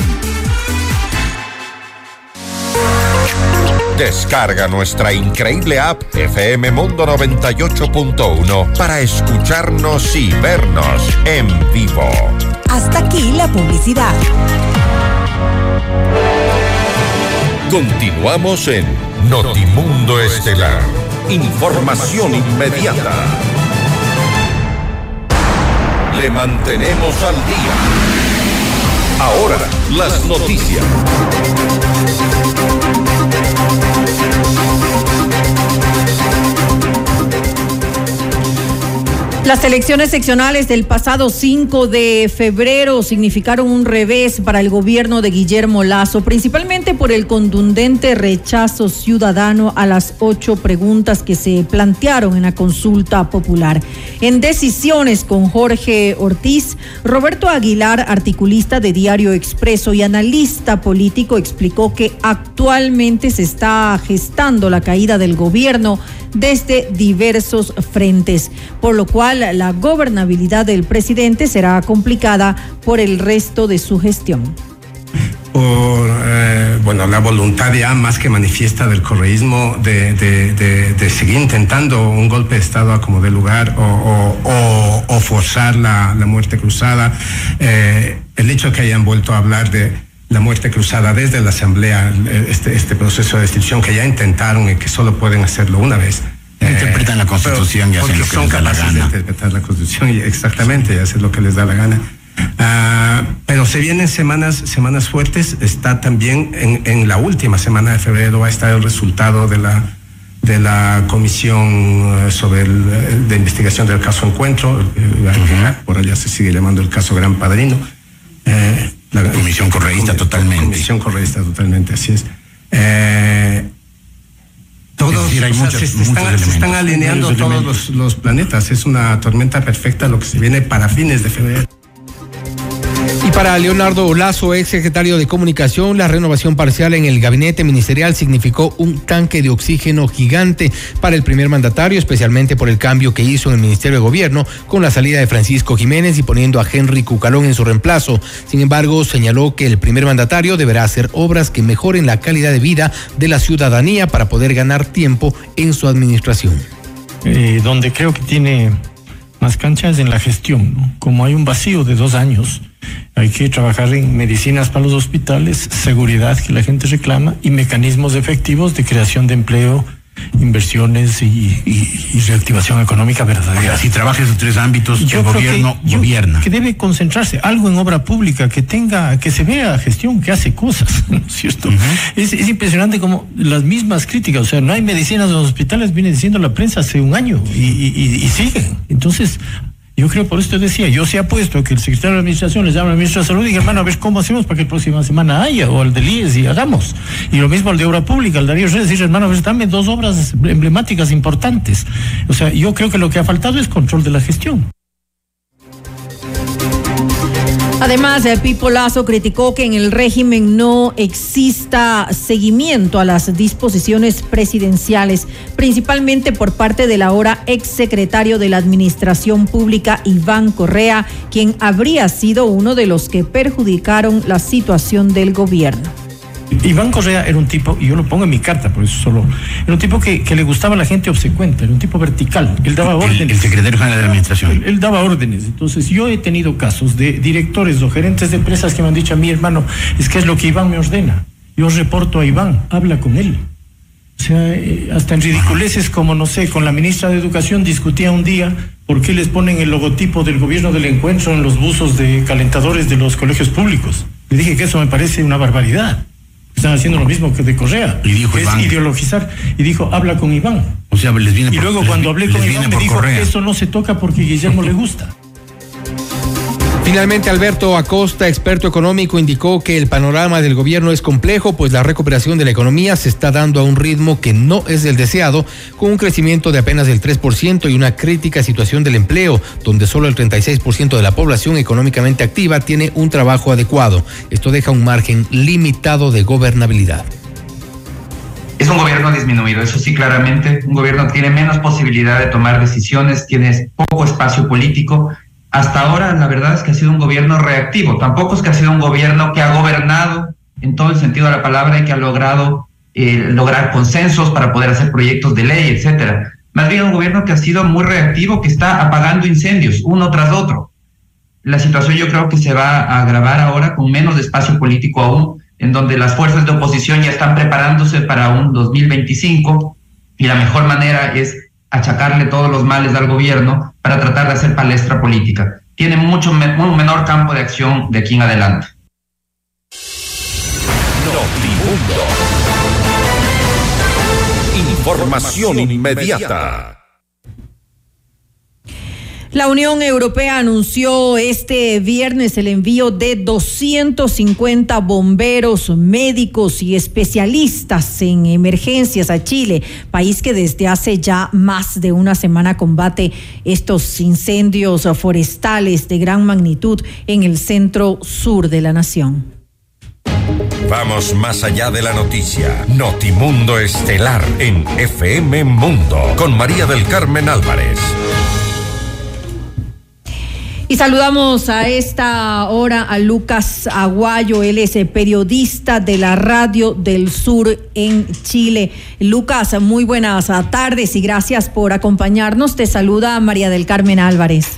Descarga nuestra increíble app FM Mundo 98.1 para escucharnos y vernos en vivo. Hasta aquí la publicidad. Continuamos en Notimundo Estelar. Información inmediata. Le mantenemos al día. Ahora, las noticias. Las elecciones seccionales del pasado 5 de febrero significaron un revés para el gobierno de Guillermo Lasso, principalmente por el contundente rechazo ciudadano a las 8 preguntas que se plantearon en la consulta popular. En Decisiones con Jorge Ortiz, Roberto Aguilar, articulista de Diario Expreso y analista político, explicó que actualmente se está gestando la caída del gobierno desde diversos frentes, por lo cual la gobernabilidad del presidente será complicada por el resto de su gestión. Por la voluntad ya más que manifiesta del correísmo de seguir intentando un golpe de Estado a como dé lugar o forzar la muerte cruzada. El hecho de que hayan vuelto a hablar de la muerte cruzada desde la Asamblea, este proceso de destitución que ya intentaron y que solo pueden hacerlo una vez. Interpretan la Constitución y hacen lo que les da la gana. De interpretar la Constitución y exactamente, y hacer lo que les da la gana. Pero se vienen semanas fuertes. Está también en la última semana de febrero va a estar el resultado de la comisión de investigación del caso Encuentro, por allá se sigue llamando el caso Gran Padrino. La comisión correísta totalmente. Comisión correísta totalmente, así es. Todos, es decir, se están alineando todos los planetas. Es una tormenta perfecta lo que se viene para fines de febrero. Y para Leonardo Lasso, ex secretario de Comunicación, la renovación parcial en el gabinete ministerial significó un tanque de oxígeno gigante para el primer mandatario, especialmente por el cambio que hizo en el Ministerio de Gobierno con la salida de Francisco Jiménez y poniendo a Henry Cucalón en su reemplazo. Sin embargo, señaló que el primer mandatario deberá hacer obras que mejoren la calidad de vida de la ciudadanía para poder ganar tiempo en su administración. Donde creo que tiene más canchas en la gestión, ¿no? Como hay un vacío de 2 años, hay que trabajar en medicinas para los hospitales, seguridad que la gente reclama y mecanismos efectivos de creación de empleo, inversiones y reactivación económica verdadera. Si trabaja en esos 3 ámbitos, el gobierno gobierna. Que debe concentrarse algo en obra pública, que se vea gestión, que hace cosas, ¿no es cierto? Es impresionante como las mismas críticas, o sea, no hay medicinas en los hospitales, viene diciendo la prensa hace 1 año y siguen. Entonces, yo creo, por esto decía, yo se apuesto a que el secretario de Administración les llame al ministro de Salud y diga, hermano, a ver cómo hacemos para que la próxima semana haya, o al del IES y hagamos. Y lo mismo al de Obra Pública, al Darío Reyes, decir, hermano, a ver, dame 2 obras emblemáticas importantes. O sea, yo creo que lo que ha faltado es control de la gestión. Además, Pipo Lasso criticó que en el régimen no exista seguimiento a las disposiciones presidenciales, principalmente por parte del ahora exsecretario de la Administración Pública, Iván Correa, quien habría sido uno de los que perjudicaron la situación del gobierno. Iván Correa era un tipo, y yo lo pongo en mi carta, por eso solo, era un tipo que le gustaba a la gente obsecuente, era un tipo vertical, él daba órdenes. El secretario general de la Administración. Él daba órdenes. Entonces yo he tenido casos de directores o gerentes de empresas que me han dicho a mí, hermano, es que es lo que Iván me ordena. Yo reporto a Iván, habla con él. O sea, hasta en ridiculeces como, no sé, con la ministra de Educación discutía un día por qué les ponen el logotipo del gobierno del Encuentro en los buzos de calentadores de los colegios públicos. Le dije que eso me parece una barbaridad. Están haciendo lo mismo que de Correa, y dijo es Iván, ideologizar, y dijo, habla con Iván. O sea, les viene y luego cuando hablé con Iván me dijo, Correa. Eso no se toca porque Guillermo le gusta. Finalmente, Alberto Acosta, experto económico, indicó que el panorama del gobierno es complejo, pues la recuperación de la economía se está dando a un ritmo que no es el deseado, con un crecimiento de apenas del 3% y una crítica situación del empleo, donde solo el 36% de la población económicamente activa tiene un trabajo adecuado. Esto deja un margen limitado de gobernabilidad. Es un gobierno disminuido, eso sí, claramente. Un gobierno que tiene menos posibilidad de tomar decisiones, tiene poco espacio político. Hasta ahora, la verdad es que ha sido un gobierno reactivo. Tampoco es que ha sido un gobierno que ha gobernado en todo el sentido de la palabra y que ha logrado lograr consensos para poder hacer proyectos de ley, etcétera. Más bien un gobierno que ha sido muy reactivo, que está apagando incendios uno tras otro. La situación yo creo que se va a agravar ahora con menos espacio político aún, en donde las fuerzas de oposición ya están preparándose para un 2025 y la mejor manera es achacarle todos los males al gobierno para tratar de hacer palestra política. Tiene un menor campo de acción de aquí en adelante. Notimundo. Información inmediata. La Unión Europea anunció este viernes el envío de 250 bomberos, médicos y especialistas en emergencias a Chile, país que desde hace ya más de una semana combate estos incendios forestales de gran magnitud en el centro sur de la nación. Vamos más allá de la noticia. Notimundo Estelar en FM Mundo con María del Carmen Álvarez. Y saludamos a esta hora a Lucas Aguayo, él es periodista de la Radio del Sur en Chile. Lucas, muy buenas tardes y gracias por acompañarnos. Te saluda María del Carmen Álvarez.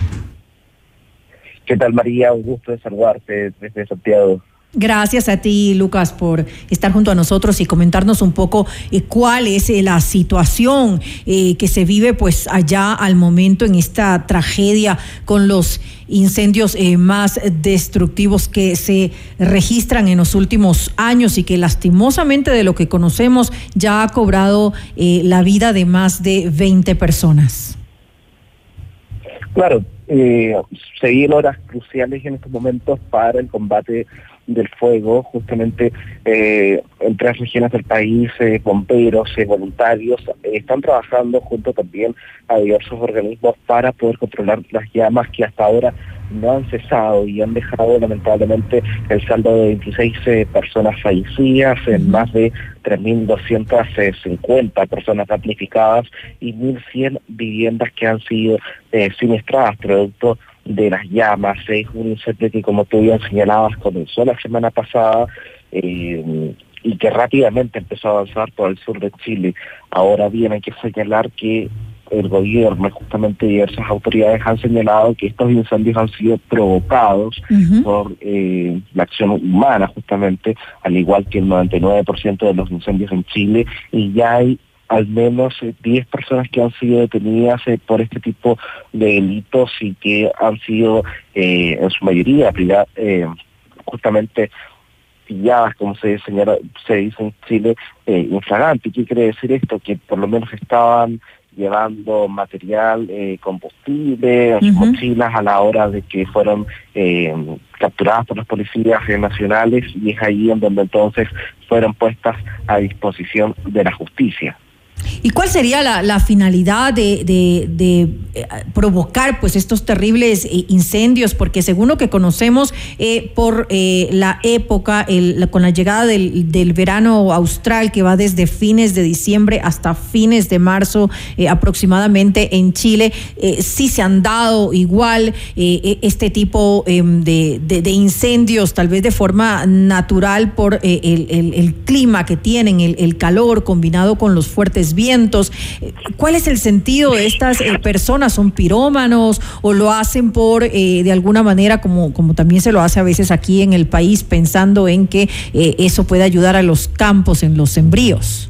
¿Qué tal, María? Un gusto de saludarte desde Santiago. Gracias a ti, Lucas, por estar junto a nosotros y comentarnos un poco cuál es la situación que se vive pues allá al momento en esta tragedia con los incendios más destructivos que se registran en los últimos años y que lastimosamente de lo que conocemos ya ha cobrado la vida de más de 20 personas. Claro, se vienen horas cruciales en estos momentos para el combate del fuego, justamente en 3 regiones del país, bomberos, voluntarios, están trabajando junto también a diversos organismos para poder controlar las llamas que hasta ahora no han cesado y han dejado lamentablemente el saldo de 26 personas fallecidas, en más de 3.250 personas damnificadas y 1.100 viviendas que han sido siniestradas producto de las llamas. Es un incendio que, como tú bien señalabas, comenzó la semana pasada y que rápidamente empezó a avanzar por el sur de Chile. Ahora bien, hay que señalar que el gobierno, justamente diversas autoridades han señalado que estos incendios han sido provocados por la acción humana, justamente, al igual que el 99% de los incendios en Chile, y ya hay al menos 10 personas que han sido detenidas por este tipo de delitos y que han sido en su mayoría justamente pilladas, como se dice en Chile, infraganti. ¿Qué quiere decir esto? Que por lo menos estaban llevando material, combustible en sus mochilas a la hora de que fueron capturadas por las policías nacionales, y es ahí en donde entonces fueron puestas a disposición de la justicia. ¿Y cuál sería la finalidad de provocar pues estos terribles incendios? Porque según lo que conocemos por la época, con la llegada del verano austral que va desde fines de diciembre hasta fines de marzo aproximadamente en Chile, sí se han dado igual este tipo de incendios, tal vez de forma natural por el clima que tienen, el calor combinado con los fuertes vientos. ¿Cuál es el sentido de estas personas? ¿Son pirómanos o lo hacen por de alguna manera como también se lo hace a veces aquí en el país, pensando en que eso puede ayudar a los campos en los sembríos?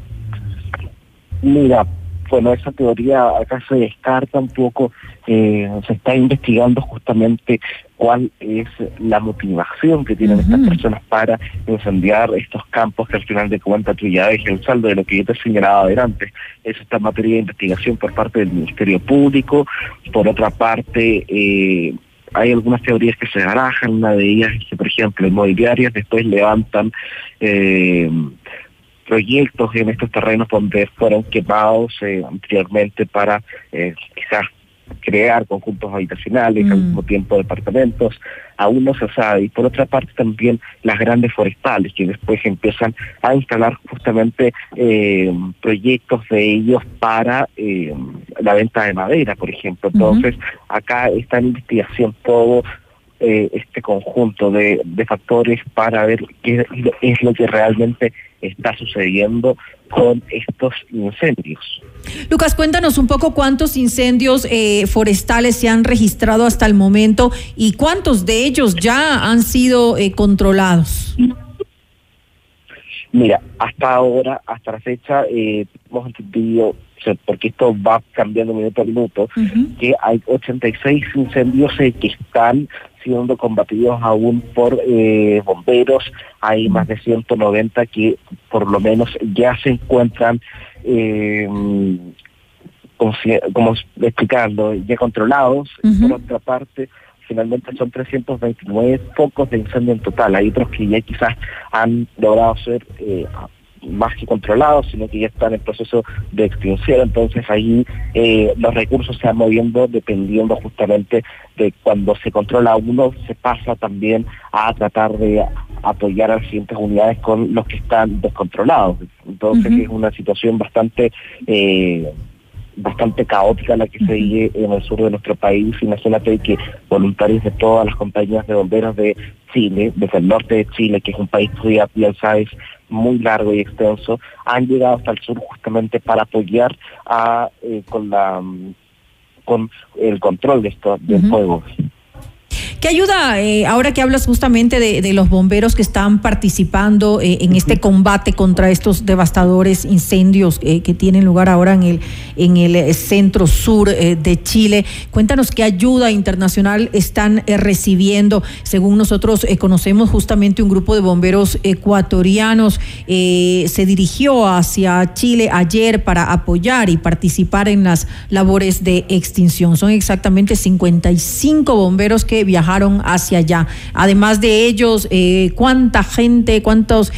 Mira, bueno, esa teoría acá se descarta un poco. Se está investigando justamente cuál es la motivación que tienen estas personas para incendiar estos campos, que al final de cuentas tú ya ves el saldo de lo que yo te señalaba adelante. Es esta materia de investigación por parte del Ministerio Público. Por otra parte, hay algunas teorías que se barajan, una de ellas es que, por ejemplo, inmobiliarias después levantan proyectos en estos terrenos donde fueron quemados anteriormente para quizás crear conjuntos habitacionales, al mismo tiempo departamentos, aún no se sabe. Y por otra parte también las grandes forestales, que después empiezan a instalar justamente proyectos de ellos para la venta de madera, por ejemplo. Entonces, acá está en investigación todo este conjunto de factores para ver qué es lo que realmente está sucediendo con estos incendios. Lucas, cuéntanos un poco cuántos incendios forestales se han registrado hasta el momento y cuántos de ellos ya han sido controlados. Mira, hasta ahora, hasta la fecha, hemos entendido, porque esto va cambiando minuto a minuto, que hay 86 incendios que están siendo combatidos aún por bomberos. Hay más de 190 que por lo menos ya se encuentran, como explicando, ya controlados. Por otra parte, finalmente son 329 focos de incendio en total. Hay otros que ya quizás han logrado ser más que controlados, sino que ya están en proceso de extinción. Entonces ahí los recursos se van moviendo dependiendo justamente de cuando se controla uno, se pasa también a tratar de apoyar a las siguientes unidades con los que están descontrolados. Entonces es una situación bastante caótica la que se vive en el sur de nuestro país. Imagínate que voluntarios de todas las compañías de bomberos de Chile, desde el norte de Chile, que es un país, tú ya bien sabes, muy largo y extenso, han llegado hasta el sur justamente para apoyar con el control de esto del fuego. ¿Qué ayuda, ahora que hablas justamente de los bomberos que están participando en este combate contra estos devastadores incendios que tienen lugar ahora en el centro sur de Chile? Cuéntanos qué ayuda internacional están recibiendo. Según nosotros conocemos, justamente un grupo de bomberos ecuatorianos se dirigió hacia Chile ayer para apoyar y participar en las labores de extinción. Son exactamente 55 bomberos que viajaron hacia allá. Además de ellos, ¿cuánta gente, cuántos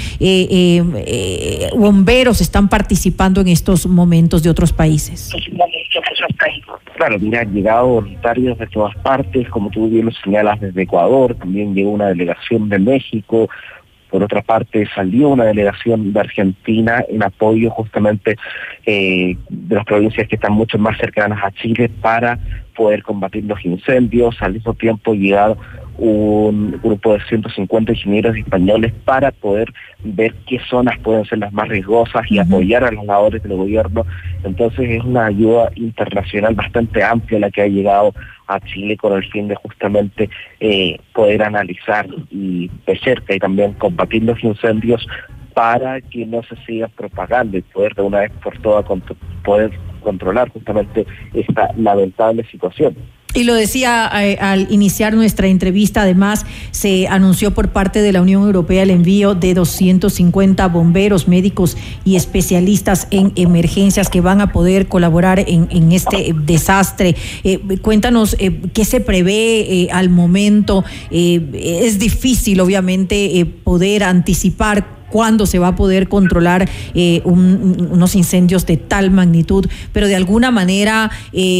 bomberos están participando en estos momentos de otros países? Claro, mira, han llegado voluntarios de todas partes, como tú bien lo señalas, desde Ecuador, también llegó una delegación de México. Por otra parte, salió una delegación de Argentina en apoyo justamente de las provincias que están mucho más cercanas a Chile para poder combatir los incendios. Al mismo tiempo llegar un grupo de 150 ingenieros españoles para poder ver qué zonas pueden ser las más riesgosas y apoyar a las labores del gobierno. Entonces es una ayuda internacional bastante amplia la que ha llegado a Chile con el fin de justamente poder analizar y de cerca y también combatir los incendios para que no se siga propagando y poder de una vez por todas poder controlar justamente esta lamentable situación. Y lo decía al iniciar nuestra entrevista, además se anunció por parte de la Unión Europea el envío de 250 bomberos, médicos y especialistas en emergencias que van a poder colaborar en este desastre. Cuéntanos qué se prevé al momento. Es difícil, obviamente, poder anticipar cuándo se va a poder controlar unos incendios de tal magnitud, pero de alguna manera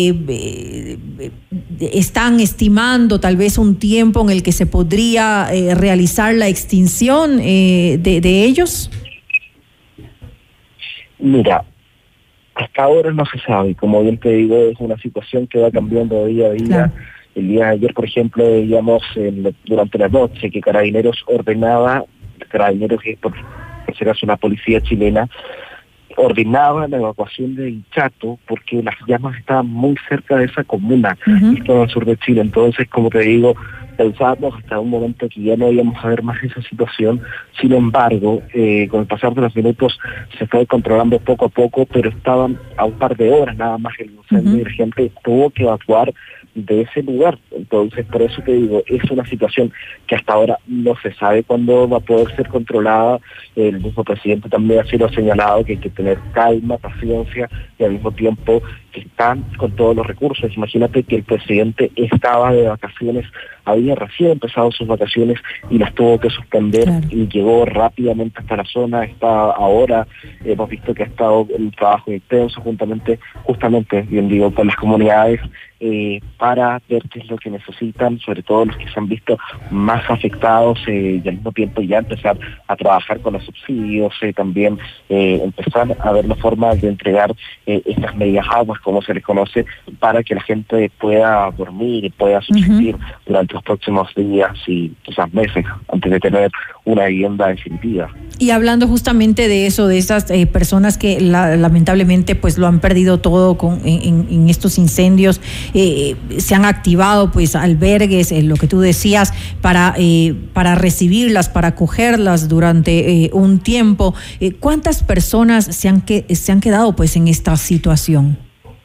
están estimando tal vez un tiempo en el que se podría realizar la extinción de ellos. Mira, hasta ahora no se sabe, como bien te digo, es una situación que va cambiando día a día. Claro. El día de ayer, por ejemplo, veíamos durante la noche que Carabineros que por ser una policía chilena, ordenaba la evacuación de Inchato porque las llamas estaban muy cerca de esa comuna, esto en el sur de Chile. Entonces, como te digo, pensábamos hasta un momento que ya no íbamos a ver más esa situación. Sin embargo, con el pasar de los minutos se fue controlando poco a poco, pero estaban a un par de horas nada más el incendio y la gente tuvo que evacuar de ese lugar. Entonces, por eso te digo, es una situación que hasta ahora no se sabe cuándo va a poder ser controlada. El mismo presidente también ha sido señalado que hay que tener calma, paciencia y al mismo tiempo que están con todos los recursos. Imagínate que el presidente estaba de vacaciones, había recién empezado sus vacaciones y las tuvo que suspender, claro, y llegó rápidamente hasta la zona. Está ahora, hemos visto que ha estado en un trabajo intenso justamente, bien digo, con las comunidades, para ver qué es lo que necesitan, sobre todo los que se han visto más afectados, y al mismo tiempo ya empezar a trabajar con los subsidios, también empezar a ver la forma de entregar estas medias aguas, como se les conoce, para que la gente pueda dormir y pueda subsistir durante los próximos días y quizás meses antes de tener una vivienda definitiva. Y hablando justamente de eso, de esas personas que lamentablemente pues lo han perdido todo en estos incendios, se han activado pues albergues, lo que tú decías, para recibirlas, para acogerlas durante un tiempo. ¿Cuántas personas se han quedado pues en esta situación?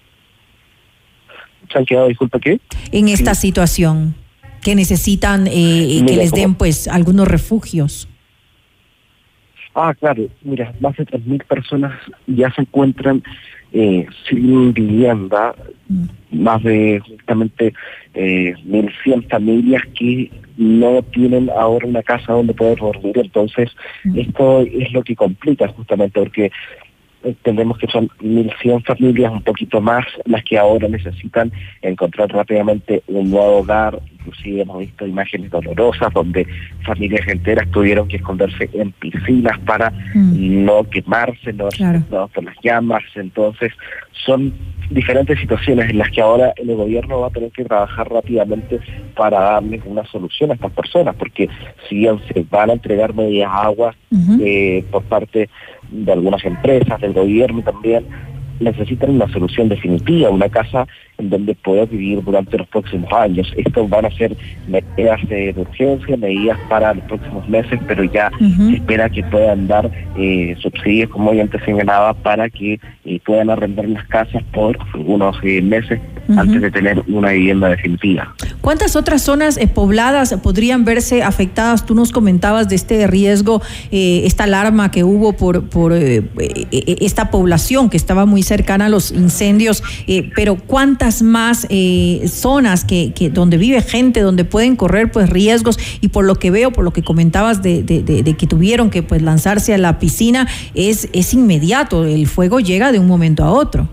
¿Se han quedado, disculpa, qué? En esta situación, que necesitan que les den pues algunos refugios. Claro, mira, más de 3.000 personas ya se encuentran sin vivienda, más de justamente 1.100 familias que no tienen ahora una casa donde poder dormir. Entonces, esto es lo que complica justamente, porque entendemos que son 1.100 familias, un poquito más, las que ahora necesitan encontrar rápidamente un nuevo hogar. Inclusive hemos visto imágenes dolorosas donde familias enteras tuvieron que esconderse en piscinas para no quemarse, no ser afectados por las llamas. Entonces son diferentes situaciones en las que ahora el gobierno va a tener que trabajar rápidamente para darles una solución a estas personas, porque si bien se van a entregar medias aguas por parte de algunas empresas, del gobierno también, necesitan una solución definitiva, una casa en donde pueda vivir durante los próximos años. Esto van a ser medidas de urgencia, medidas para los próximos meses, pero ya se espera que puedan dar subsidios, como ya antes señalaba, para que puedan arrendar las casas por unos meses antes de tener una vivienda definitiva. ¿Cuántas otras zonas pobladas podrían verse afectadas? Tú nos comentabas de este riesgo, esta alarma que hubo por esta población que estaba muy cercana a los incendios, pero ¿cuántas más zonas que donde vive gente, donde pueden correr pues riesgos? Y por lo que veo, por lo que comentabas de que tuvieron que pues lanzarse a la piscina, es inmediato, el fuego llega de un momento a otro.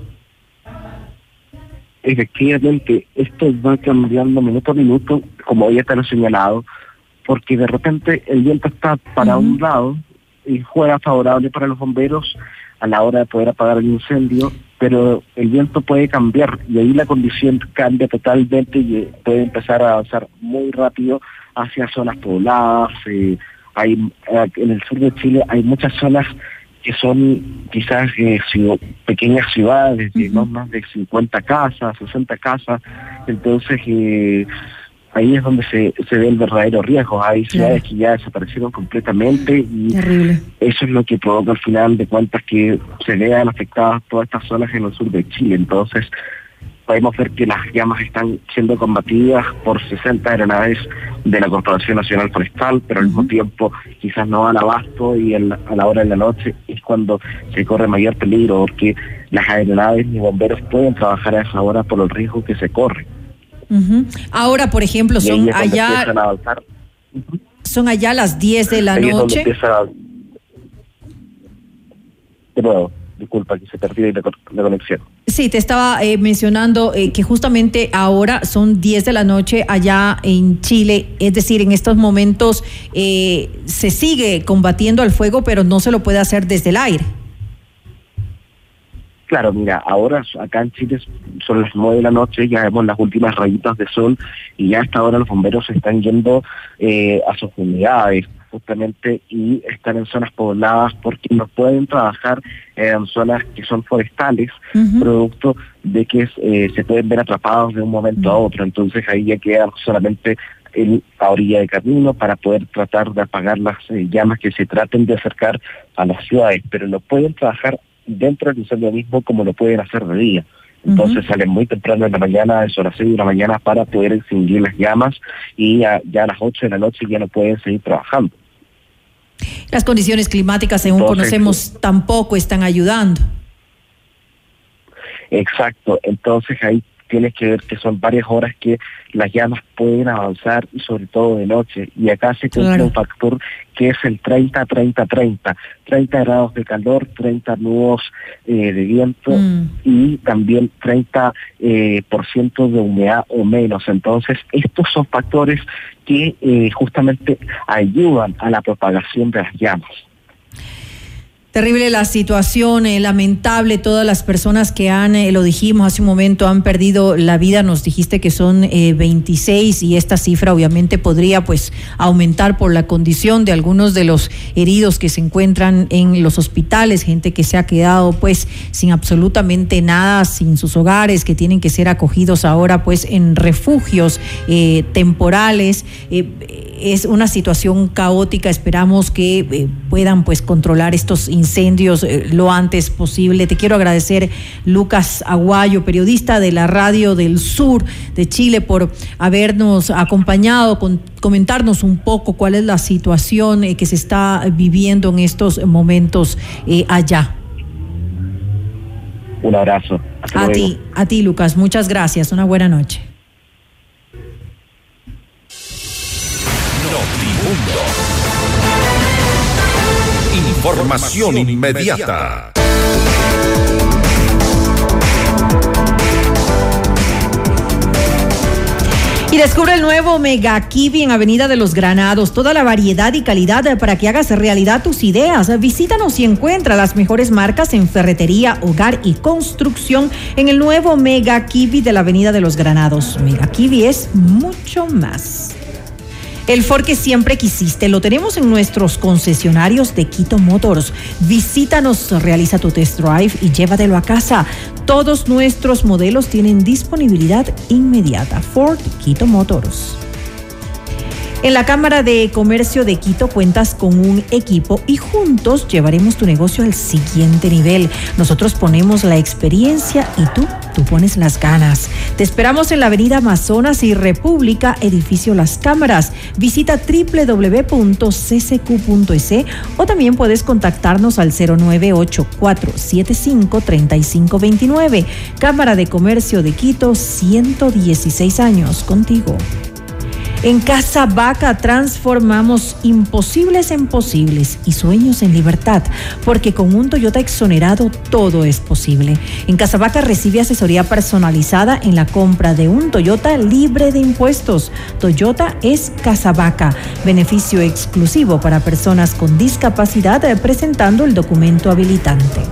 Efectivamente, esto va cambiando minuto a minuto, como ya te lo he señalado, porque de repente el viento está para un lado y juega favorable para los bomberos a la hora de poder apagar el incendio, pero el viento puede cambiar y ahí la condición cambia totalmente y puede empezar a avanzar muy rápido hacia zonas pobladas. En el sur de Chile hay muchas zonas que son quizás pequeñas ciudades de no más de 50 casas, 60 casas. Entonces ahí es donde se ve el verdadero riesgo. Hay ciudades que ya desaparecieron completamente y terrible. Eso es lo que provoca al final de cuentas que se vean afectadas todas estas zonas en el sur de Chile. Entonces podemos ver que las llamas están siendo combatidas por 60 aeronaves de la Corporación Nacional Forestal, pero al mismo tiempo quizás no dan abasto y a la hora de la noche es cuando se corre mayor peligro, porque las aeronaves ni bomberos pueden trabajar a esa hora por el riesgo que se corre. Ahora, por ejemplo, son allá las 10 de la noche. De nuevo, disculpa que se perdió la conexión. Sí, te estaba mencionando que justamente ahora son 10 de la noche allá en Chile, es decir, en estos momentos se sigue combatiendo al fuego, pero no se lo puede hacer desde el aire. Claro, mira, ahora acá en Chile son las 9 de la noche, ya vemos las últimas rayitas de sol y ya hasta ahora los bomberos se están yendo a sus unidades justamente y están en zonas pobladas porque no pueden trabajar en zonas que son forestales, producto de que se pueden ver atrapados de un momento a otro. Entonces ahí ya quedan solamente a orilla de camino para poder tratar de apagar las llamas que se traten de acercar a las ciudades, pero no pueden trabajar dentro del incendio mismo como lo pueden hacer de día. Entonces salen muy temprano en la mañana, eso a las 6 de la mañana, para poder extinguir las llamas y ya a las 8 de la noche ya no pueden seguir trabajando. Las condiciones climáticas, según conocemos, tampoco están ayudando. Exacto, entonces ahí tienes que ver que son varias horas que las llamas pueden avanzar y sobre todo de noche. Y acá se cumple un factor que es el 30-30-30. 30 grados de calor, 30 nudos de viento y también 30% de humedad o menos. Entonces, estos son factores que justamente ayudan a la propagación de las llamas. Terrible la situación, lamentable, todas las personas que han, lo dijimos hace un momento, han perdido la vida. Nos dijiste que son 26 y esta cifra obviamente podría pues aumentar por la condición de algunos de los heridos que se encuentran en los hospitales, gente que se ha quedado pues sin absolutamente nada, sin sus hogares, que tienen que ser acogidos ahora pues en refugios temporales. Es una situación caótica, esperamos que puedan pues controlar estos incendios lo antes posible. Te quiero agradecer, Lucas Aguayo, periodista de la Radio del Sur de Chile, por habernos acompañado, comentarnos un poco cuál es la situación que se está viviendo en estos momentos allá. Un abrazo. A ti, Lucas, muchas gracias, una buena noche. Información inmediata. Y descubre el nuevo Mega Kiwi en Avenida de los Granados. Toda la variedad y calidad para que hagas realidad tus ideas. Visítanos y encuentra las mejores marcas en ferretería, hogar y construcción en el nuevo Mega Kiwi de la Avenida de los Granados. Mega Kiwi es mucho más. El Ford que siempre quisiste lo tenemos en nuestros concesionarios de Quito Motors. Visítanos, realiza tu test drive y llévatelo a casa. Todos nuestros modelos tienen disponibilidad inmediata. Ford Quito Motors. En la Cámara de Comercio de Quito cuentas con un equipo y juntos llevaremos tu negocio al siguiente nivel. Nosotros ponemos la experiencia y tú pones las ganas. Te esperamos en la Avenida Amazonas y República, edificio Las Cámaras. Visita www.ccq.es o también puedes contactarnos al 0984753529. Cámara de Comercio de Quito, 116 años contigo. En Casa Vaca transformamos imposibles en posibles y sueños en libertad, porque con un Toyota exonerado todo es posible. En Casa Vaca recibe asesoría personalizada en la compra de un Toyota libre de impuestos. Toyota es Casa Vaca, beneficio exclusivo para personas con discapacidad presentando el documento habilitante.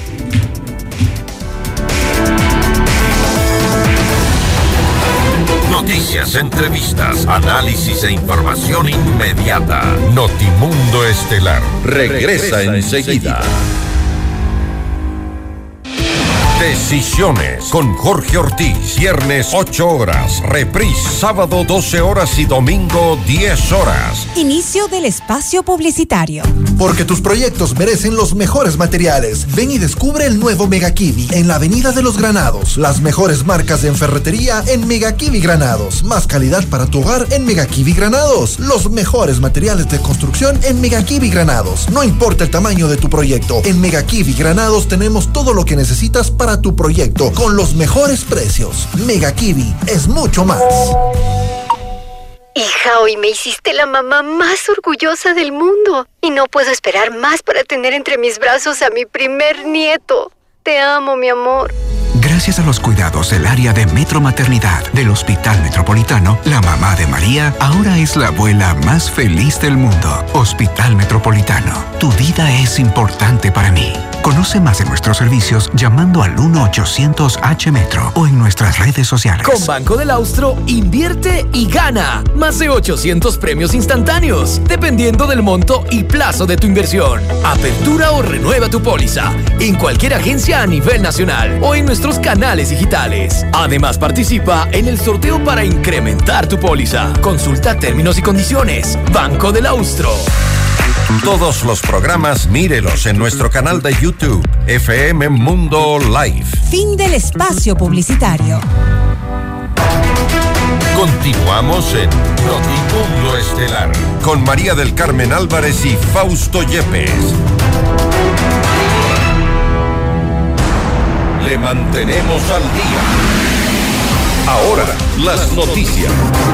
Noticias, entrevistas, análisis e información inmediata. Notimundo Estelar regresa enseguida. Decisiones con Jorge Ortiz. Viernes 8 horas. Reprise sábado 12 horas y domingo 10 horas. Inicio del espacio publicitario. Porque tus proyectos merecen los mejores materiales. Ven y descubre el nuevo Mega Kiwi en la Avenida de los Granados. Las mejores marcas de ferretería en Mega Kiwi Granados. Más calidad para tu hogar en Mega Kiwi Granados. Los mejores materiales de construcción en Mega Kiwi Granados. No importa el tamaño de tu proyecto. En Mega Kiwi Granados tenemos todo lo que necesitas para tu proyecto con los mejores precios. Mega Kiwi es mucho más. Hija, hoy me hiciste la mamá más orgullosa del mundo y no puedo esperar más para tener entre mis brazos a mi primer nieto. Te amo, mi amor. Gracias a los cuidados del área de Metro Maternidad del Hospital Metropolitano, la mamá de María ahora es la abuela más feliz del mundo. Hospital Metropolitano, tu vida es importante para mí. Conoce más de nuestros servicios llamando al 1-800-H-METRO o en nuestras redes sociales. Con Banco del Austro, invierte y gana. Más de 800 premios instantáneos, dependiendo del monto y plazo de tu inversión. Apertura o renueva tu póliza en cualquier agencia a nivel nacional o en nuestros canales digitales. Además, participa en el sorteo para incrementar tu póliza. Consulta términos y condiciones. Banco del Austro. Todos los programas mírelos en nuestro canal de YouTube, FM Mundo Live. Fin del espacio publicitario. Continuamos en Notimundo Estelar con María del Carmen Álvarez y Fausto Yepes. Le mantenemos al día. Ahora, las noticias.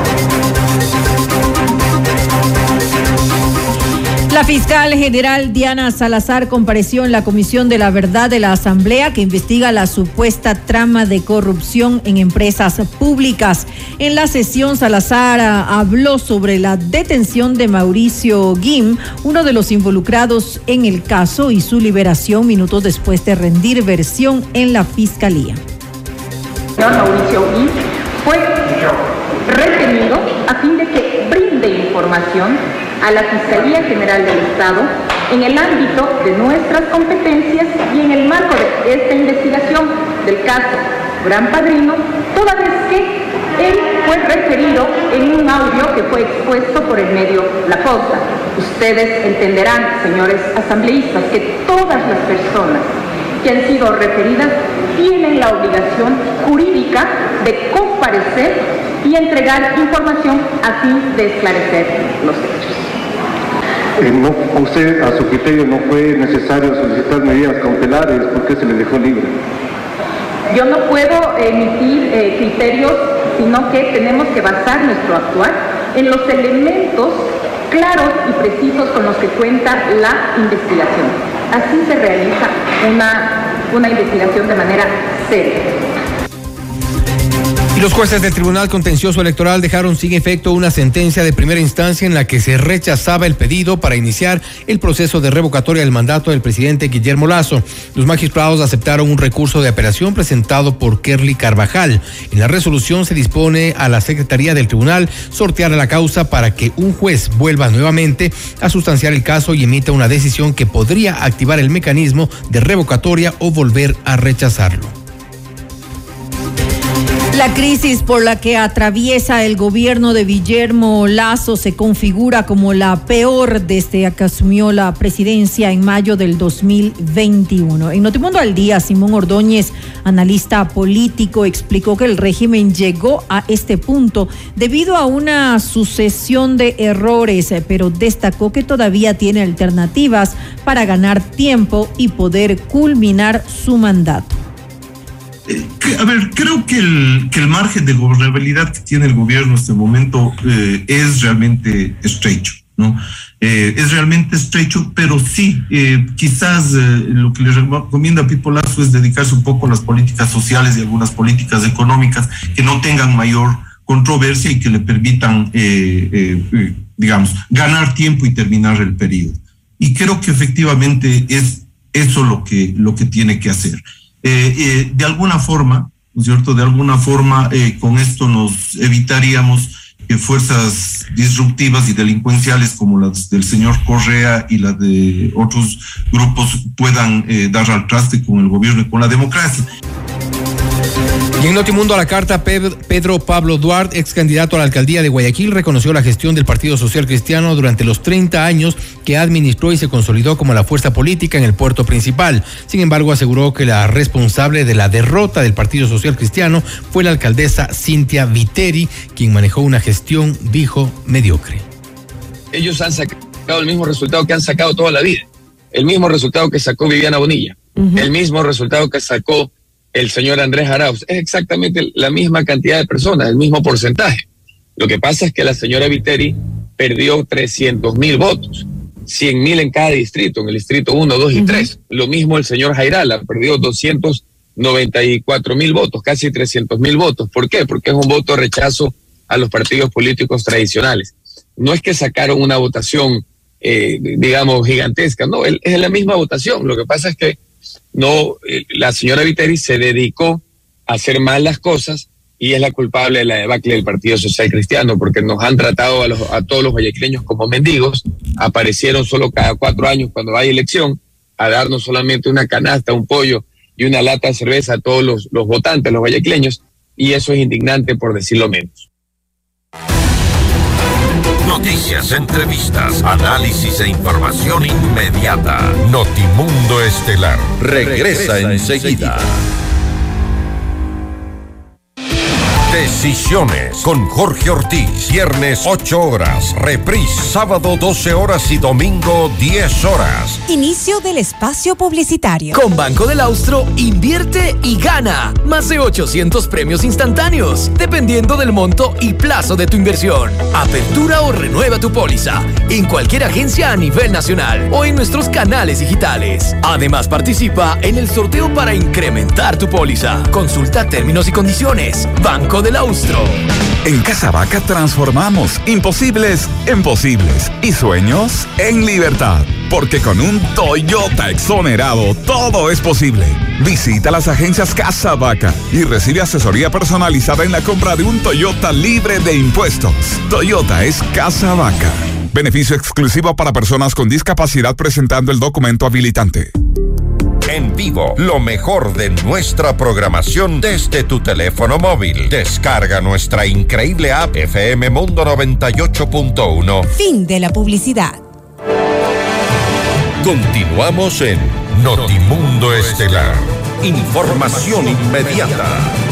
La fiscal general Diana Salazar compareció en la Comisión de la Verdad de la Asamblea que investiga la supuesta trama de corrupción en empresas públicas. En la sesión, Salazar habló sobre la detención de Mauricio Guim, uno de los involucrados en el caso, y su liberación minutos después de rendir versión en la Fiscalía. Mauricio Guim fue retenido a fin de que brinde información a la Fiscalía General del Estado en el ámbito de nuestras competencias y en el marco de esta investigación del caso Gran Padrino, toda vez que él fue referido en un audio que fue expuesto por el medio La Posta. Ustedes entenderán, señores asambleístas, que todas las personas que han sido referidas tienen la obligación jurídica de comparecer y entregar información a fin de esclarecer los hechos. Usted, a su criterio, no fue necesario solicitar medidas cautelares, ¿por qué se le dejó libre? Yo no puedo emitir criterios, sino que tenemos que basar nuestro actuar en los elementos claros y precisos con los que cuenta la investigación. Así se realiza una investigación de manera seria. Y los jueces del Tribunal Contencioso Electoral dejaron sin efecto una sentencia de primera instancia en la que se rechazaba el pedido para iniciar el proceso de revocatoria del mandato del presidente Guillermo Lasso. Los magistrados aceptaron un recurso de apelación presentado por Kerly Carvajal. En la resolución se dispone a la Secretaría del Tribunal sortear la causa para que un juez vuelva nuevamente a sustanciar el caso y emita una decisión que podría activar el mecanismo de revocatoria o volver a rechazarlo. La crisis por la que atraviesa el gobierno de Guillermo Lasso se configura como la peor desde que asumió la presidencia en mayo del 2021. En Notimundo al Día, Simón Ordóñez, analista político, explicó que el régimen llegó a este punto debido a una sucesión de errores, pero destacó que todavía tiene alternativas para ganar tiempo y poder culminar su mandato. Creo que el margen de gobernabilidad que tiene el gobierno en este momento es realmente estrecho, ¿no? Es realmente estrecho, pero sí, quizás lo que le recomienda a Pipo Lasso es dedicarse un poco a las políticas sociales y algunas políticas económicas que no tengan mayor controversia y que le permitan, digamos, ganar tiempo y terminar el periodo. Y creo que efectivamente es eso lo que tiene que hacer. De alguna forma, ¿no es cierto? De alguna forma, con esto nos evitaríamos que fuerzas disruptivas y delincuenciales como las del señor Correa y las de otros grupos puedan dar al traste con el gobierno y con la democracia. Y en Notimundo a la carta, Pedro Pablo Duarte, ex candidato a la alcaldía de Guayaquil, reconoció la gestión del Partido Social Cristiano durante los 30 años que administró y se consolidó como la fuerza política en el puerto principal. Sin embargo, aseguró que la responsable de la derrota del Partido Social Cristiano fue la alcaldesa Cintia Viteri, quien manejó una gestión, dijo, mediocre. Ellos han sacado el mismo resultado que han sacado toda la vida, el mismo resultado que sacó Viviana Bonilla, el mismo resultado que sacó el señor Andrés Arauz. Es exactamente la misma cantidad de personas, el mismo porcentaje. Lo que pasa es que la señora Viteri perdió 300,000 votos, 100,000 en cada distrito, en el distrito 1, 2 y 3. Lo mismo el señor Jairala, perdió 294,000 votos, casi 300,000 votos. ¿Por qué? Porque es un voto de rechazo a los partidos políticos tradicionales. No es que sacaron una votación, digamos, gigantesca, no, es la misma votación. Lo que pasa es que no, la señora Viteri se dedicó a hacer mal las cosas y es la culpable de la debacle del Partido Social Cristiano, porque nos han tratado a todos los guayaquileños como mendigos. Aparecieron solo cada 4 años cuando hay elección a darnos solamente una canasta, un pollo y una lata de cerveza a todos los votantes, los guayaquileños, y eso es indignante, por decirlo menos. Noticias, entrevistas, análisis e información inmediata. Notimundo Estelar regresa enseguida. Decisiones con Jorge Ortiz. Viernes 8 horas. Reprise sábado 12 horas y domingo 10 horas. Inicio del espacio publicitario. Con Banco del Austro, invierte y gana. Más de 800 premios instantáneos, dependiendo del monto y plazo de tu inversión. Apertura o renueva tu póliza en cualquier agencia a nivel nacional o en nuestros canales digitales. Además, participa en el sorteo para incrementar tu póliza. Consulta términos y condiciones. Banco del Austro. En Casa Vaca transformamos imposibles en posibles y sueños en libertad. Porque con un Toyota exonerado todo es posible. Visita las agencias Casa Vaca y recibe asesoría personalizada en la compra de un Toyota libre de impuestos. Toyota es Casa Vaca. Beneficio exclusivo para personas con discapacidad presentando el documento habilitante. En vivo, lo mejor de nuestra programación desde tu teléfono móvil. Descarga nuestra increíble app FM Mundo 98.1. Fin de la publicidad. Continuamos en Notimundo Estelar. Información inmediata.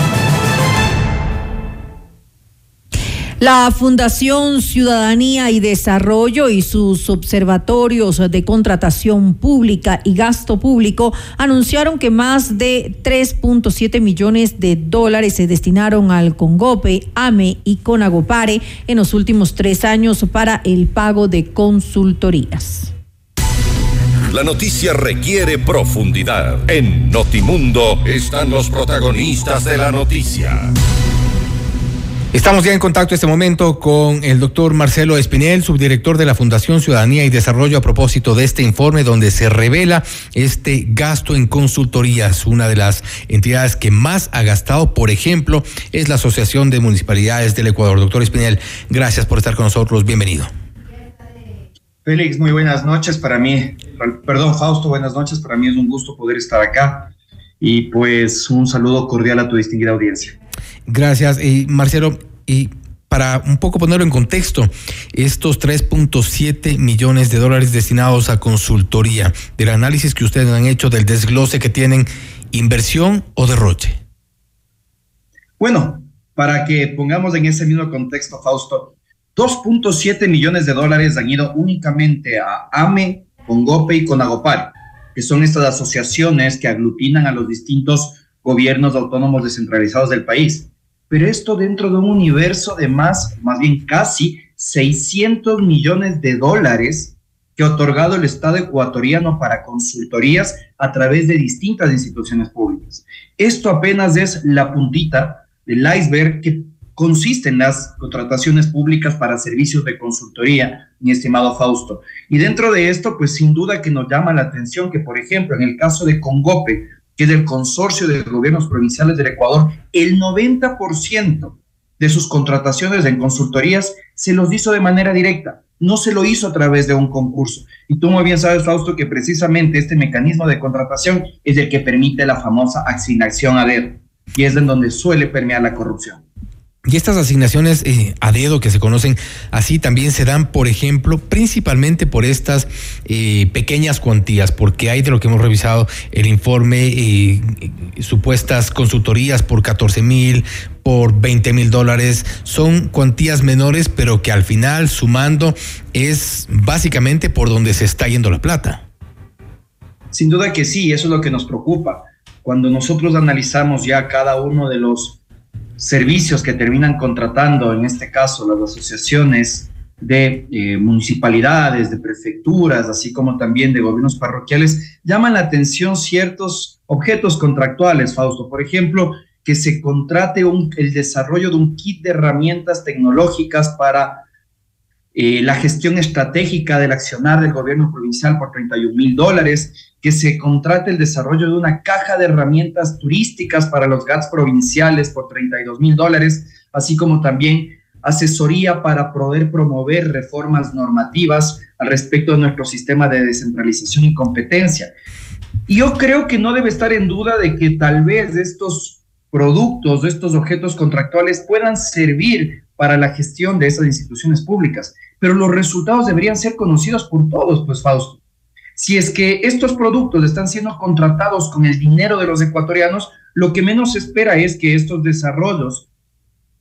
La Fundación Ciudadanía y Desarrollo y sus observatorios de contratación pública y gasto público anunciaron que más de 3.7 millones de dólares se destinaron al CONGOPE, AME y CONAGOPARE en los últimos 3 años para el pago de consultorías. La noticia requiere profundidad. En Notimundo están los protagonistas de la noticia. Estamos ya en contacto en este momento con el doctor Marcelo Espinel, subdirector de la Fundación Ciudadanía y Desarrollo, a propósito de este informe donde se revela este gasto en consultorías. Una de las entidades que más ha gastado, por ejemplo, es la Asociación de Municipalidades del Ecuador. Doctor Espinel, gracias por estar con nosotros. Bienvenido. Félix, muy buenas noches para mí. Fausto, buenas noches. Para mí es un gusto poder estar acá y pues un saludo cordial a tu distinguida audiencia. Gracias, Marcelo. Y para un poco ponerlo en contexto, estos 3.7 millones de dólares destinados a consultoría, del análisis que ustedes han hecho, del desglose que tienen, ¿inversión o derroche? Bueno, para que pongamos en ese mismo contexto, Fausto, 2.7 millones de dólares han ido únicamente a AME, CONGOPE y CONAGOPARE, que son estas asociaciones que aglutinan a los distintos gobiernos autónomos descentralizados del país. Pero esto dentro de un universo de más bien casi 600 millones de dólares que ha otorgado el Estado ecuatoriano para consultorías a través de distintas instituciones públicas. Esto apenas es la puntita del iceberg que consiste en las contrataciones públicas para servicios de consultoría, mi estimado Fausto. Y dentro de esto, pues sin duda que nos llama la atención que, por ejemplo, en el caso de CONGOPE, que es el consorcio de gobiernos provinciales del Ecuador, el 90% de sus contrataciones en consultorías se los hizo de manera directa, no se lo hizo a través de un concurso. Y tú muy bien sabes, Fausto, que precisamente este mecanismo de contratación es el que permite la famosa asignación a dedo, y es en donde suele permear la corrupción. Y estas asignaciones a dedo que se conocen así también se dan, por ejemplo, principalmente por estas pequeñas cuantías, porque hay, de lo que hemos revisado el informe, supuestas consultorías por 14,000, por 20,000 dólares, son cuantías menores, pero que al final, sumando, es básicamente por donde se está yendo la plata. Sin duda que sí, eso es lo que nos preocupa. Cuando nosotros analizamos ya cada uno de los servicios que terminan contratando, en este caso las asociaciones de municipalidades, de prefecturas, así como también de gobiernos parroquiales, llaman la atención ciertos objetos contractuales, Fausto. Por ejemplo, que se contrate el desarrollo de un kit de herramientas tecnológicas para la gestión estratégica del accionar del gobierno provincial por 31,000 dólares, que se contrate el desarrollo de una caja de herramientas turísticas para los GATS provinciales por 32,000 dólares, así como también asesoría para poder promover reformas normativas al respecto de nuestro sistema de descentralización y competencia. Y yo creo que no debe estar en duda de que tal vez estos productos, estos objetos contractuales puedan servir para la gestión de esas instituciones públicas, pero los resultados deberían ser conocidos por todos, pues, Fausto. Si es que estos productos están siendo contratados con el dinero de los ecuatorianos, lo que menos se espera es que estos desarrollos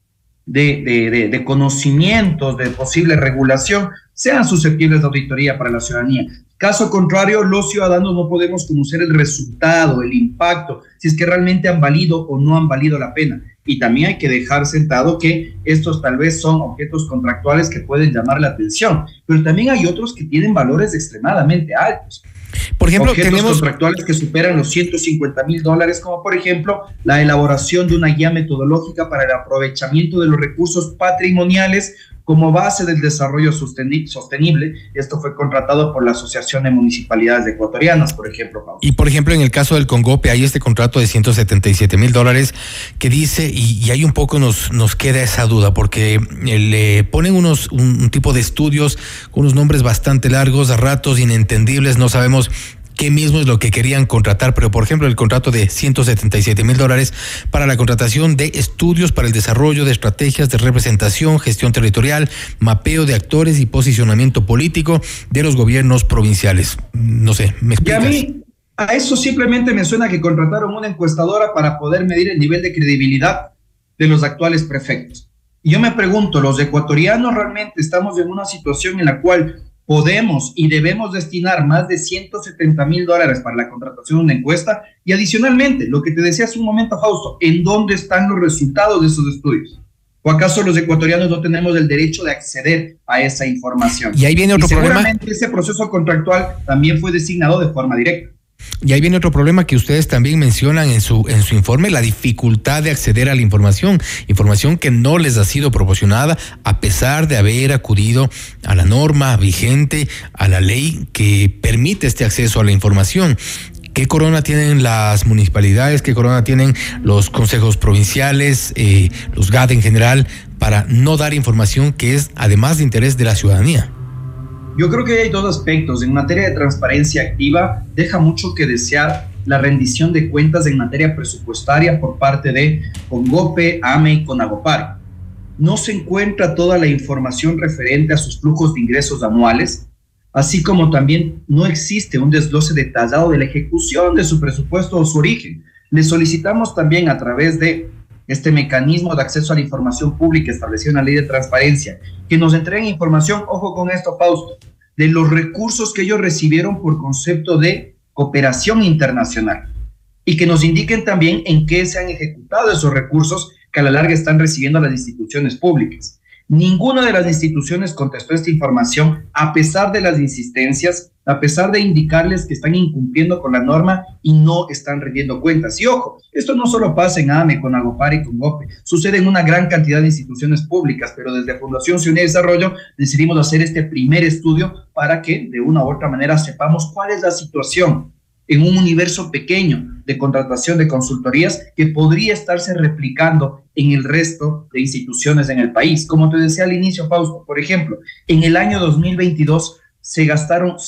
de conocimientos, de posible regulación, sean susceptibles de auditoría para la ciudadanía. Caso contrario, los ciudadanos no podemos conocer el resultado, el impacto, si es que realmente han valido o no han valido la pena. Y también hay que dejar sentado que estos tal vez son objetos contractuales que pueden llamar la atención, pero también hay otros que tienen valores extremadamente altos. Por ejemplo, objetos contractuales que superan los $150,000, como por ejemplo la elaboración de una guía metodológica para el aprovechamiento de los recursos patrimoniales como base del desarrollo sostenible. Esto fue contratado por la Asociación de Municipalidades Ecuatorianas, por ejemplo. Y por ejemplo, en el caso del Congope, hay este contrato de $177,000 que dice, y ahí un poco nos queda esa duda, porque le ponen un tipo de estudios con unos nombres bastante largos, a ratos inentendibles, no sabemos qué mismo es lo que querían contratar, pero por ejemplo el contrato de $177,000 para la contratación de estudios para el desarrollo de estrategias de representación, gestión territorial, mapeo de actores y posicionamiento político de los gobiernos provinciales. No sé, ¿me explicas? Y a mí, a eso simplemente me suena que contrataron una encuestadora para poder medir el nivel de credibilidad de los actuales prefectos. Y yo me pregunto, ¿los ecuatorianos realmente estamos en una situación en la cual podemos y debemos destinar más de $170,000 para la contratación de una encuesta? Y adicionalmente, lo que te decía hace un momento, Fausto, ¿en dónde están los resultados de esos estudios? ¿O acaso los ecuatorianos no tenemos el derecho de acceder a esa información? Y ahí viene otro problema. Seguramente ese proceso contractual también fue designado de forma directa. Y ahí viene otro problema que ustedes también mencionan en su informe, la dificultad de acceder a la información que no les ha sido proporcionada a pesar de haber acudido a la norma vigente, a la ley que permite este acceso a la información. ¿Qué corona tienen las municipalidades? ¿Qué corona tienen los consejos provinciales, los GAD en general, para no dar información que es además de interés de la ciudadanía? Yo creo que hay dos aspectos. En materia de transparencia activa, deja mucho que desear la rendición de cuentas en materia presupuestaria por parte de Congope, AME y Conagopar. No se encuentra toda la información referente a sus flujos de ingresos anuales, así como también no existe un desglose detallado de la ejecución de su presupuesto o su origen. Le solicitamos también a través de este mecanismo de acceso a la información pública establecido en la Ley de Transparencia, que nos entreguen información, ojo con esto, Fausto, de los recursos que ellos recibieron por concepto de cooperación internacional y que nos indiquen también en qué se han ejecutado esos recursos que a la larga están recibiendo las instituciones públicas. Ninguna de las instituciones contestó esta información a pesar de las insistencias, a pesar de indicarles que están incumpliendo con la norma y no están rindiendo cuentas. Y ojo, esto no solo pasa en AME, Conagopar y Congope, sucede en una gran cantidad de instituciones públicas, pero desde Fundación Ciudadanía y Desarrollo decidimos hacer este primer estudio para que de una u otra manera sepamos cuál es la situación en un universo pequeño de contratación de consultorías que podría estarse replicando en el resto de instituciones en el país. Como te decía al inicio, Fausto, por ejemplo, en el año 2022 se gastaron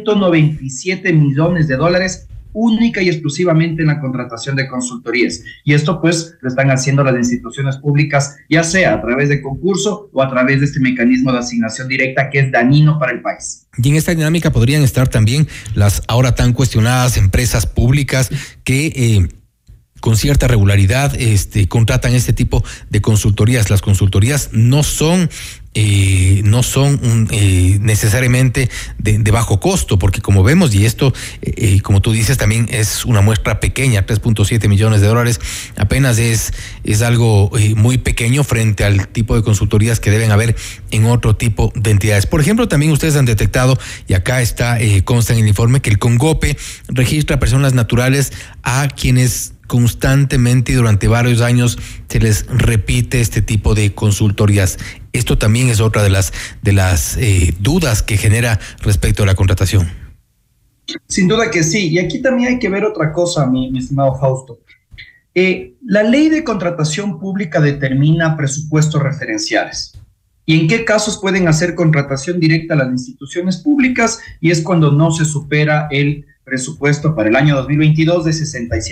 $197 millones única y exclusivamente en la contratación de consultorías. Y esto pues lo están haciendo las instituciones públicas, ya sea a través de concurso o a través de este mecanismo de asignación directa que es dañino para el país. Y en esta dinámica podrían estar también las ahora tan cuestionadas empresas públicas que con cierta regularidad contratan este tipo de consultorías. Las consultorías no son necesariamente de bajo costo, porque como vemos, y esto, como tú dices, también es una muestra pequeña, $3.7 millones, apenas es algo muy pequeño frente al tipo de consultorías que deben haber en otro tipo de entidades. Por ejemplo, también ustedes han detectado, y acá consta en el informe, que el Congope registra personas naturales a quienes constantemente y durante varios años se les repite este tipo de consultorías. Esto también es otra de las dudas que genera respecto a la contratación. Sin duda que sí, y aquí también hay que ver otra cosa, mi estimado Fausto. La ley de contratación pública determina presupuestos referenciales. ¿Y en qué casos pueden hacer contratación directa a las instituciones públicas? Y es cuando no se supera el presupuesto para el año 2022 de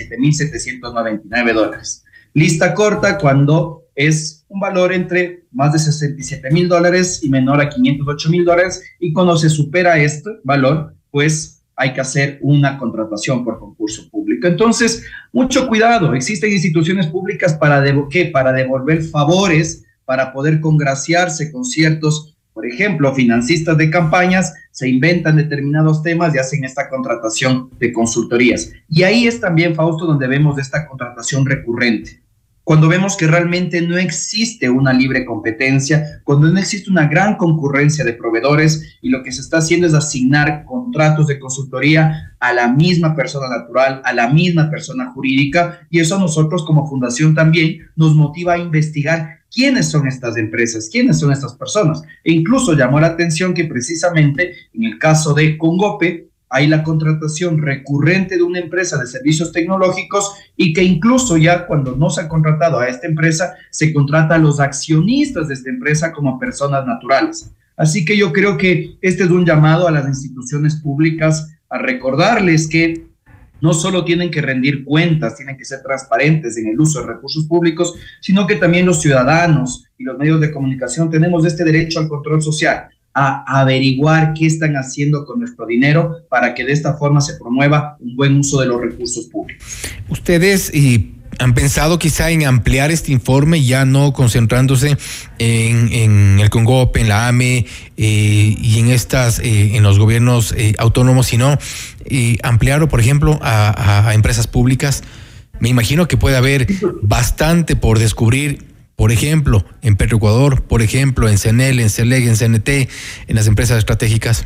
$67,799. Lista corta cuando es un valor entre más de $67,000 y menor a $508,000, y cuando se supera este valor, pues hay que hacer una contratación por concurso público. Entonces, mucho cuidado, existen instituciones públicas para devolver favores, para poder congraciarse con ciertos, por ejemplo, financistas de campañas, se inventan determinados temas y hacen esta contratación de consultorías. Y ahí es también, Fausto, donde vemos esta contratación recurrente. Cuando vemos que realmente no existe una libre competencia, cuando no existe una gran concurrencia de proveedores y lo que se está haciendo es asignar contratos de consultoría a la misma persona natural, a la misma persona jurídica, y eso a nosotros como fundación también nos motiva a investigar quiénes son estas empresas, quiénes son estas personas. E incluso llamó la atención que precisamente en el caso de Congope hay la contratación recurrente de una empresa de servicios tecnológicos y que incluso ya cuando no se ha contratado a esta empresa, se contrata a los accionistas de esta empresa como personas naturales. Así que yo creo que este es un llamado a las instituciones públicas a recordarles que no solo tienen que rendir cuentas, tienen que ser transparentes en el uso de recursos públicos, sino que también los ciudadanos y los medios de comunicación tenemos este derecho al control social, a averiguar qué están haciendo con nuestro dinero para que de esta forma se promueva un buen uso de los recursos públicos. Ustedes han pensado quizá en ampliar este informe, ya no concentrándose en el Congope, en la AME y en los gobiernos autónomos, sino ampliarlo, por ejemplo, a empresas públicas. Me imagino que puede haber bastante por descubrir, por ejemplo, en Petroecuador, por ejemplo, en CENEL, en CELEG, en CNT, en las empresas estratégicas.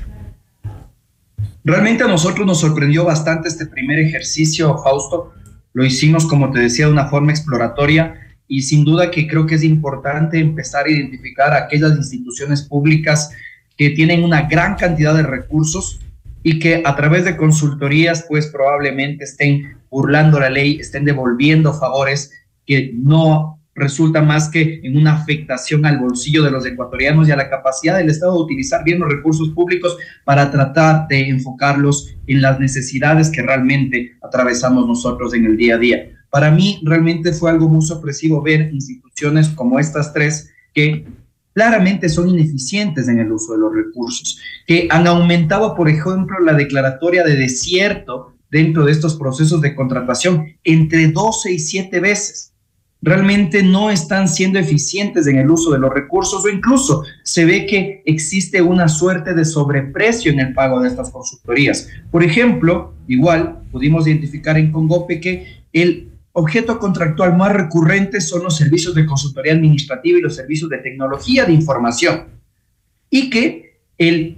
Realmente a nosotros nos sorprendió bastante este primer ejercicio, Fausto. Lo hicimos, como te decía, de una forma exploratoria y sin duda que creo que es importante empezar a identificar aquellas instituciones públicas que tienen una gran cantidad de recursos y que a través de consultorías pues probablemente estén burlando la ley, estén devolviendo favores que no resulta más que en una afectación al bolsillo de los ecuatorianos y a la capacidad del Estado de utilizar bien los recursos públicos para tratar de enfocarlos en las necesidades que realmente atravesamos nosotros en el día a día. Para mí realmente fue algo muy sorpresivo ver instituciones como estas tres que claramente son ineficientes en el uso de los recursos, que han aumentado, por ejemplo, la declaratoria de desierto dentro de estos procesos de contratación entre 12 y 7 veces. Realmente no están siendo eficientes en el uso de los recursos o incluso se ve que existe una suerte de sobreprecio en el pago de estas consultorías. Por ejemplo, igual pudimos identificar en Congope que el objeto contractual más recurrente son los servicios de consultoría administrativa y los servicios de tecnología de información y que el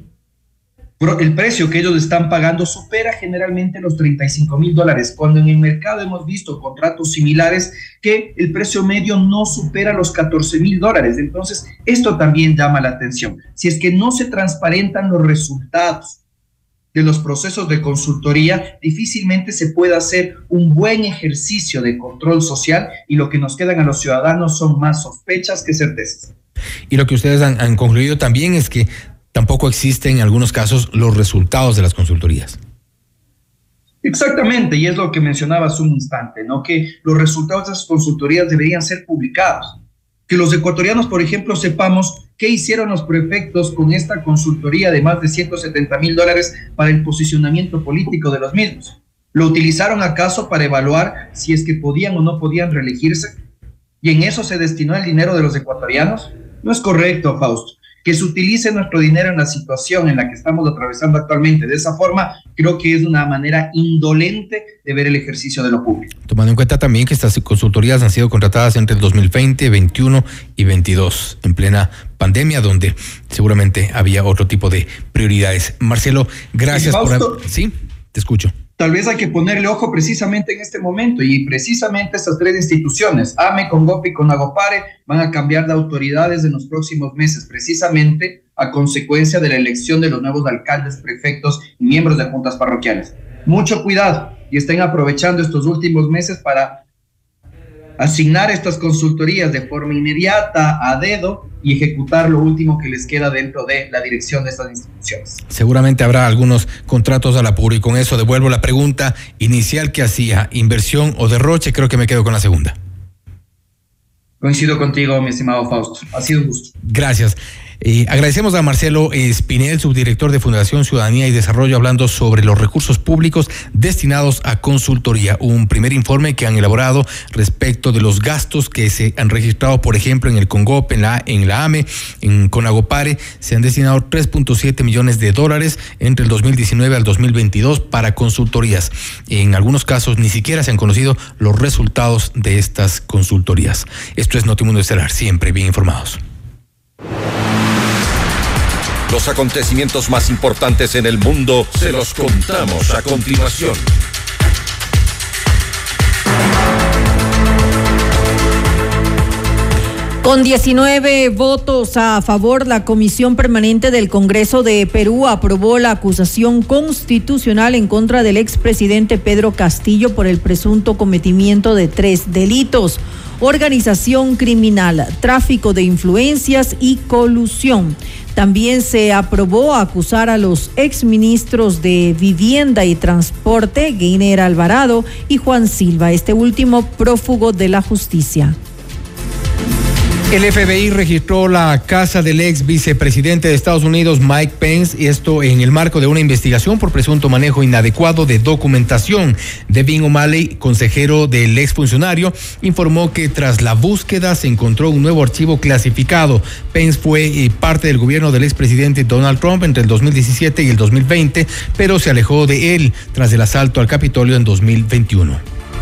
precio que ellos están pagando supera generalmente los $35,000, cuando en el mercado hemos visto contratos similares que el precio medio no supera los $14,000. Entonces, esto también llama la atención. Si es que no se transparentan los resultados de los procesos de consultoría, difícilmente se puede hacer un buen ejercicio de control social y lo que nos quedan a los ciudadanos son más sospechas que certezas. Y lo que ustedes han concluido también es que tampoco existen en algunos casos los resultados de las consultorías. Exactamente, y es lo que mencionaba hace un instante, ¿no? Que los resultados de esas consultorías deberían ser publicados. Que los ecuatorianos, por ejemplo, sepamos qué hicieron los prefectos con esta consultoría de más de $170,000 para el posicionamiento político de los mismos. ¿Lo utilizaron acaso para evaluar si es que podían o no podían reelegirse? ¿Y en eso se destinó el dinero de los ecuatorianos? No es correcto, Fausto. Que se utilice nuestro dinero en la situación en la que estamos atravesando actualmente. De esa forma, creo que es una manera indolente de ver el ejercicio de lo público. Tomando en cuenta también que estas consultorías han sido contratadas entre el 2020, 21 y 22, en plena pandemia, donde seguramente había otro tipo de prioridades. Marcelo, gracias por... Sí, te escucho. Tal vez hay que ponerle ojo precisamente en este momento y precisamente estas tres instituciones, AME, Congope y Conagopare, van a cambiar de autoridades en los próximos meses, precisamente a consecuencia de la elección de los nuevos alcaldes, prefectos y miembros de juntas parroquiales. Mucho cuidado y estén aprovechando estos últimos meses para asignar estas consultorías de forma inmediata, a dedo, y ejecutar lo último que les queda dentro de la dirección de estas instituciones. Seguramente habrá algunos contratos al apuro y con eso devuelvo la pregunta inicial que hacía, inversión o derroche, creo que me quedo con la segunda. Coincido contigo, mi estimado Fausto. Ha sido un gusto. Gracias. Agradecemos a Marcelo Espinel, subdirector de Fundación Ciudadanía y Desarrollo, hablando sobre los recursos públicos destinados a consultoría. Un primer informe que han elaborado respecto de los gastos que se han registrado, por ejemplo, en el CONGOP, en la AME, en CONAGOPARE. Se han destinado $3.7 millones entre el 2019 al 2022 para consultorías. En algunos casos ni siquiera se han conocido los resultados de estas consultorías. Esto es Notimundo Estelar, siempre bien informados. Los acontecimientos más importantes en el mundo se los contamos a continuación. Con 19 votos a favor, la Comisión Permanente del Congreso de Perú aprobó la acusación constitucional en contra del expresidente Pedro Castillo por el presunto cometimiento de 3 delitos: organización criminal, tráfico de influencias y colusión. También se aprobó acusar a los exministros de Vivienda y Transporte, Guiner Alvarado y Juan Silva, este último prófugo de la justicia. El FBI registró la casa del ex vicepresidente de Estados Unidos, Mike Pence, y esto en el marco de una investigación por presunto manejo inadecuado de documentación. Devin O'Malley, consejero del exfuncionario, informó que tras la búsqueda se encontró un nuevo archivo clasificado. Pence fue parte del gobierno del expresidente Donald Trump entre el 2017 y el 2020, pero se alejó de él tras el asalto al Capitolio en 2021.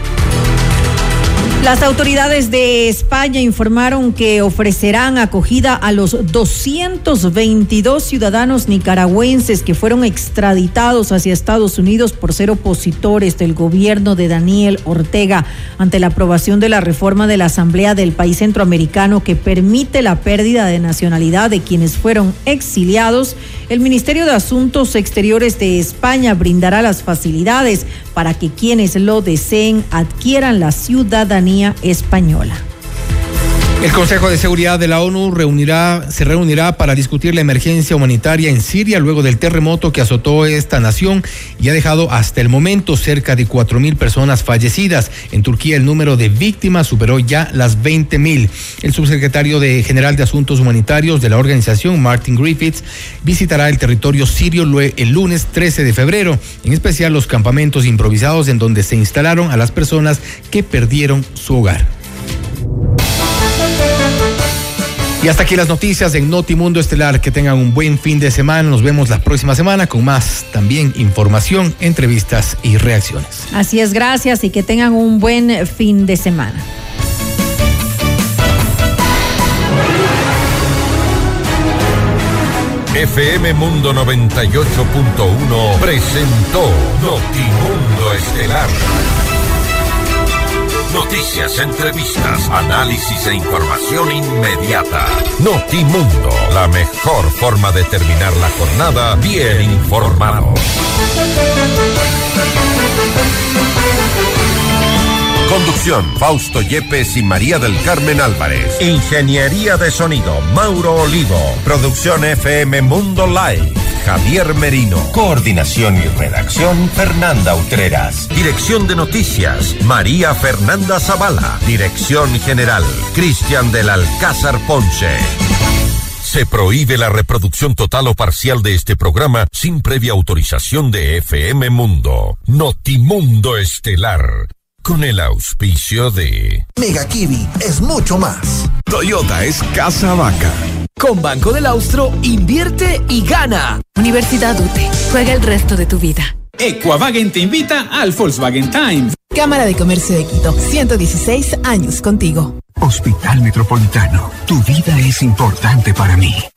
Las autoridades de España informaron que ofrecerán acogida a los 222 ciudadanos nicaragüenses que fueron extraditados hacia Estados Unidos por ser opositores del gobierno de Daniel Ortega ante la aprobación de la reforma de la Asamblea del país centroamericano que permite la pérdida de nacionalidad de quienes fueron exiliados. El Ministerio de Asuntos Exteriores de España brindará las facilidades para que quienes lo deseen adquieran la ciudadanía española. El Consejo de Seguridad de la ONU se reunirá para discutir la emergencia humanitaria en Siria luego del terremoto que azotó esta nación y ha dejado hasta el momento cerca de 4,000 personas fallecidas. En Turquía el número de víctimas superó ya las 20,000. El subsecretario general de Asuntos Humanitarios de la organización, Martin Griffiths, visitará el territorio sirio el lunes 13 de febrero, en especial los campamentos improvisados en donde se instalaron a las personas que perdieron su hogar. Y hasta aquí las noticias en Notimundo Estelar. Que tengan un buen fin de semana. Nos vemos la próxima semana con más también información, entrevistas y reacciones. Así es, gracias y que tengan un buen fin de semana. FM Mundo 98.1 presentó Notimundo Estelar. Noticias, entrevistas, análisis e información inmediata. Notimundo, la mejor forma de terminar la jornada bien informados. Conducción, Fausto Yepes y María del Carmen Álvarez. Ingeniería de sonido, Mauro Olivo. Producción FM Mundo Live, Javier Merino. Coordinación y redacción, Fernanda Utreras. Dirección de noticias, María Fernanda Zavala. Dirección general, Cristian del Alcázar Ponce. Se prohíbe la reproducción total o parcial de este programa sin previa autorización de FM Mundo. Notimundo Estelar. Con el auspicio de Mega Kiwi es mucho más. Toyota es Casa Vaca. Con Banco del Austro, invierte y gana. Universidad UTE, juega el resto de tu vida. Equavagen te invita al Volkswagen Time. Cámara de Comercio de Quito, 116 años contigo. Hospital Metropolitano, tu vida es importante para mí.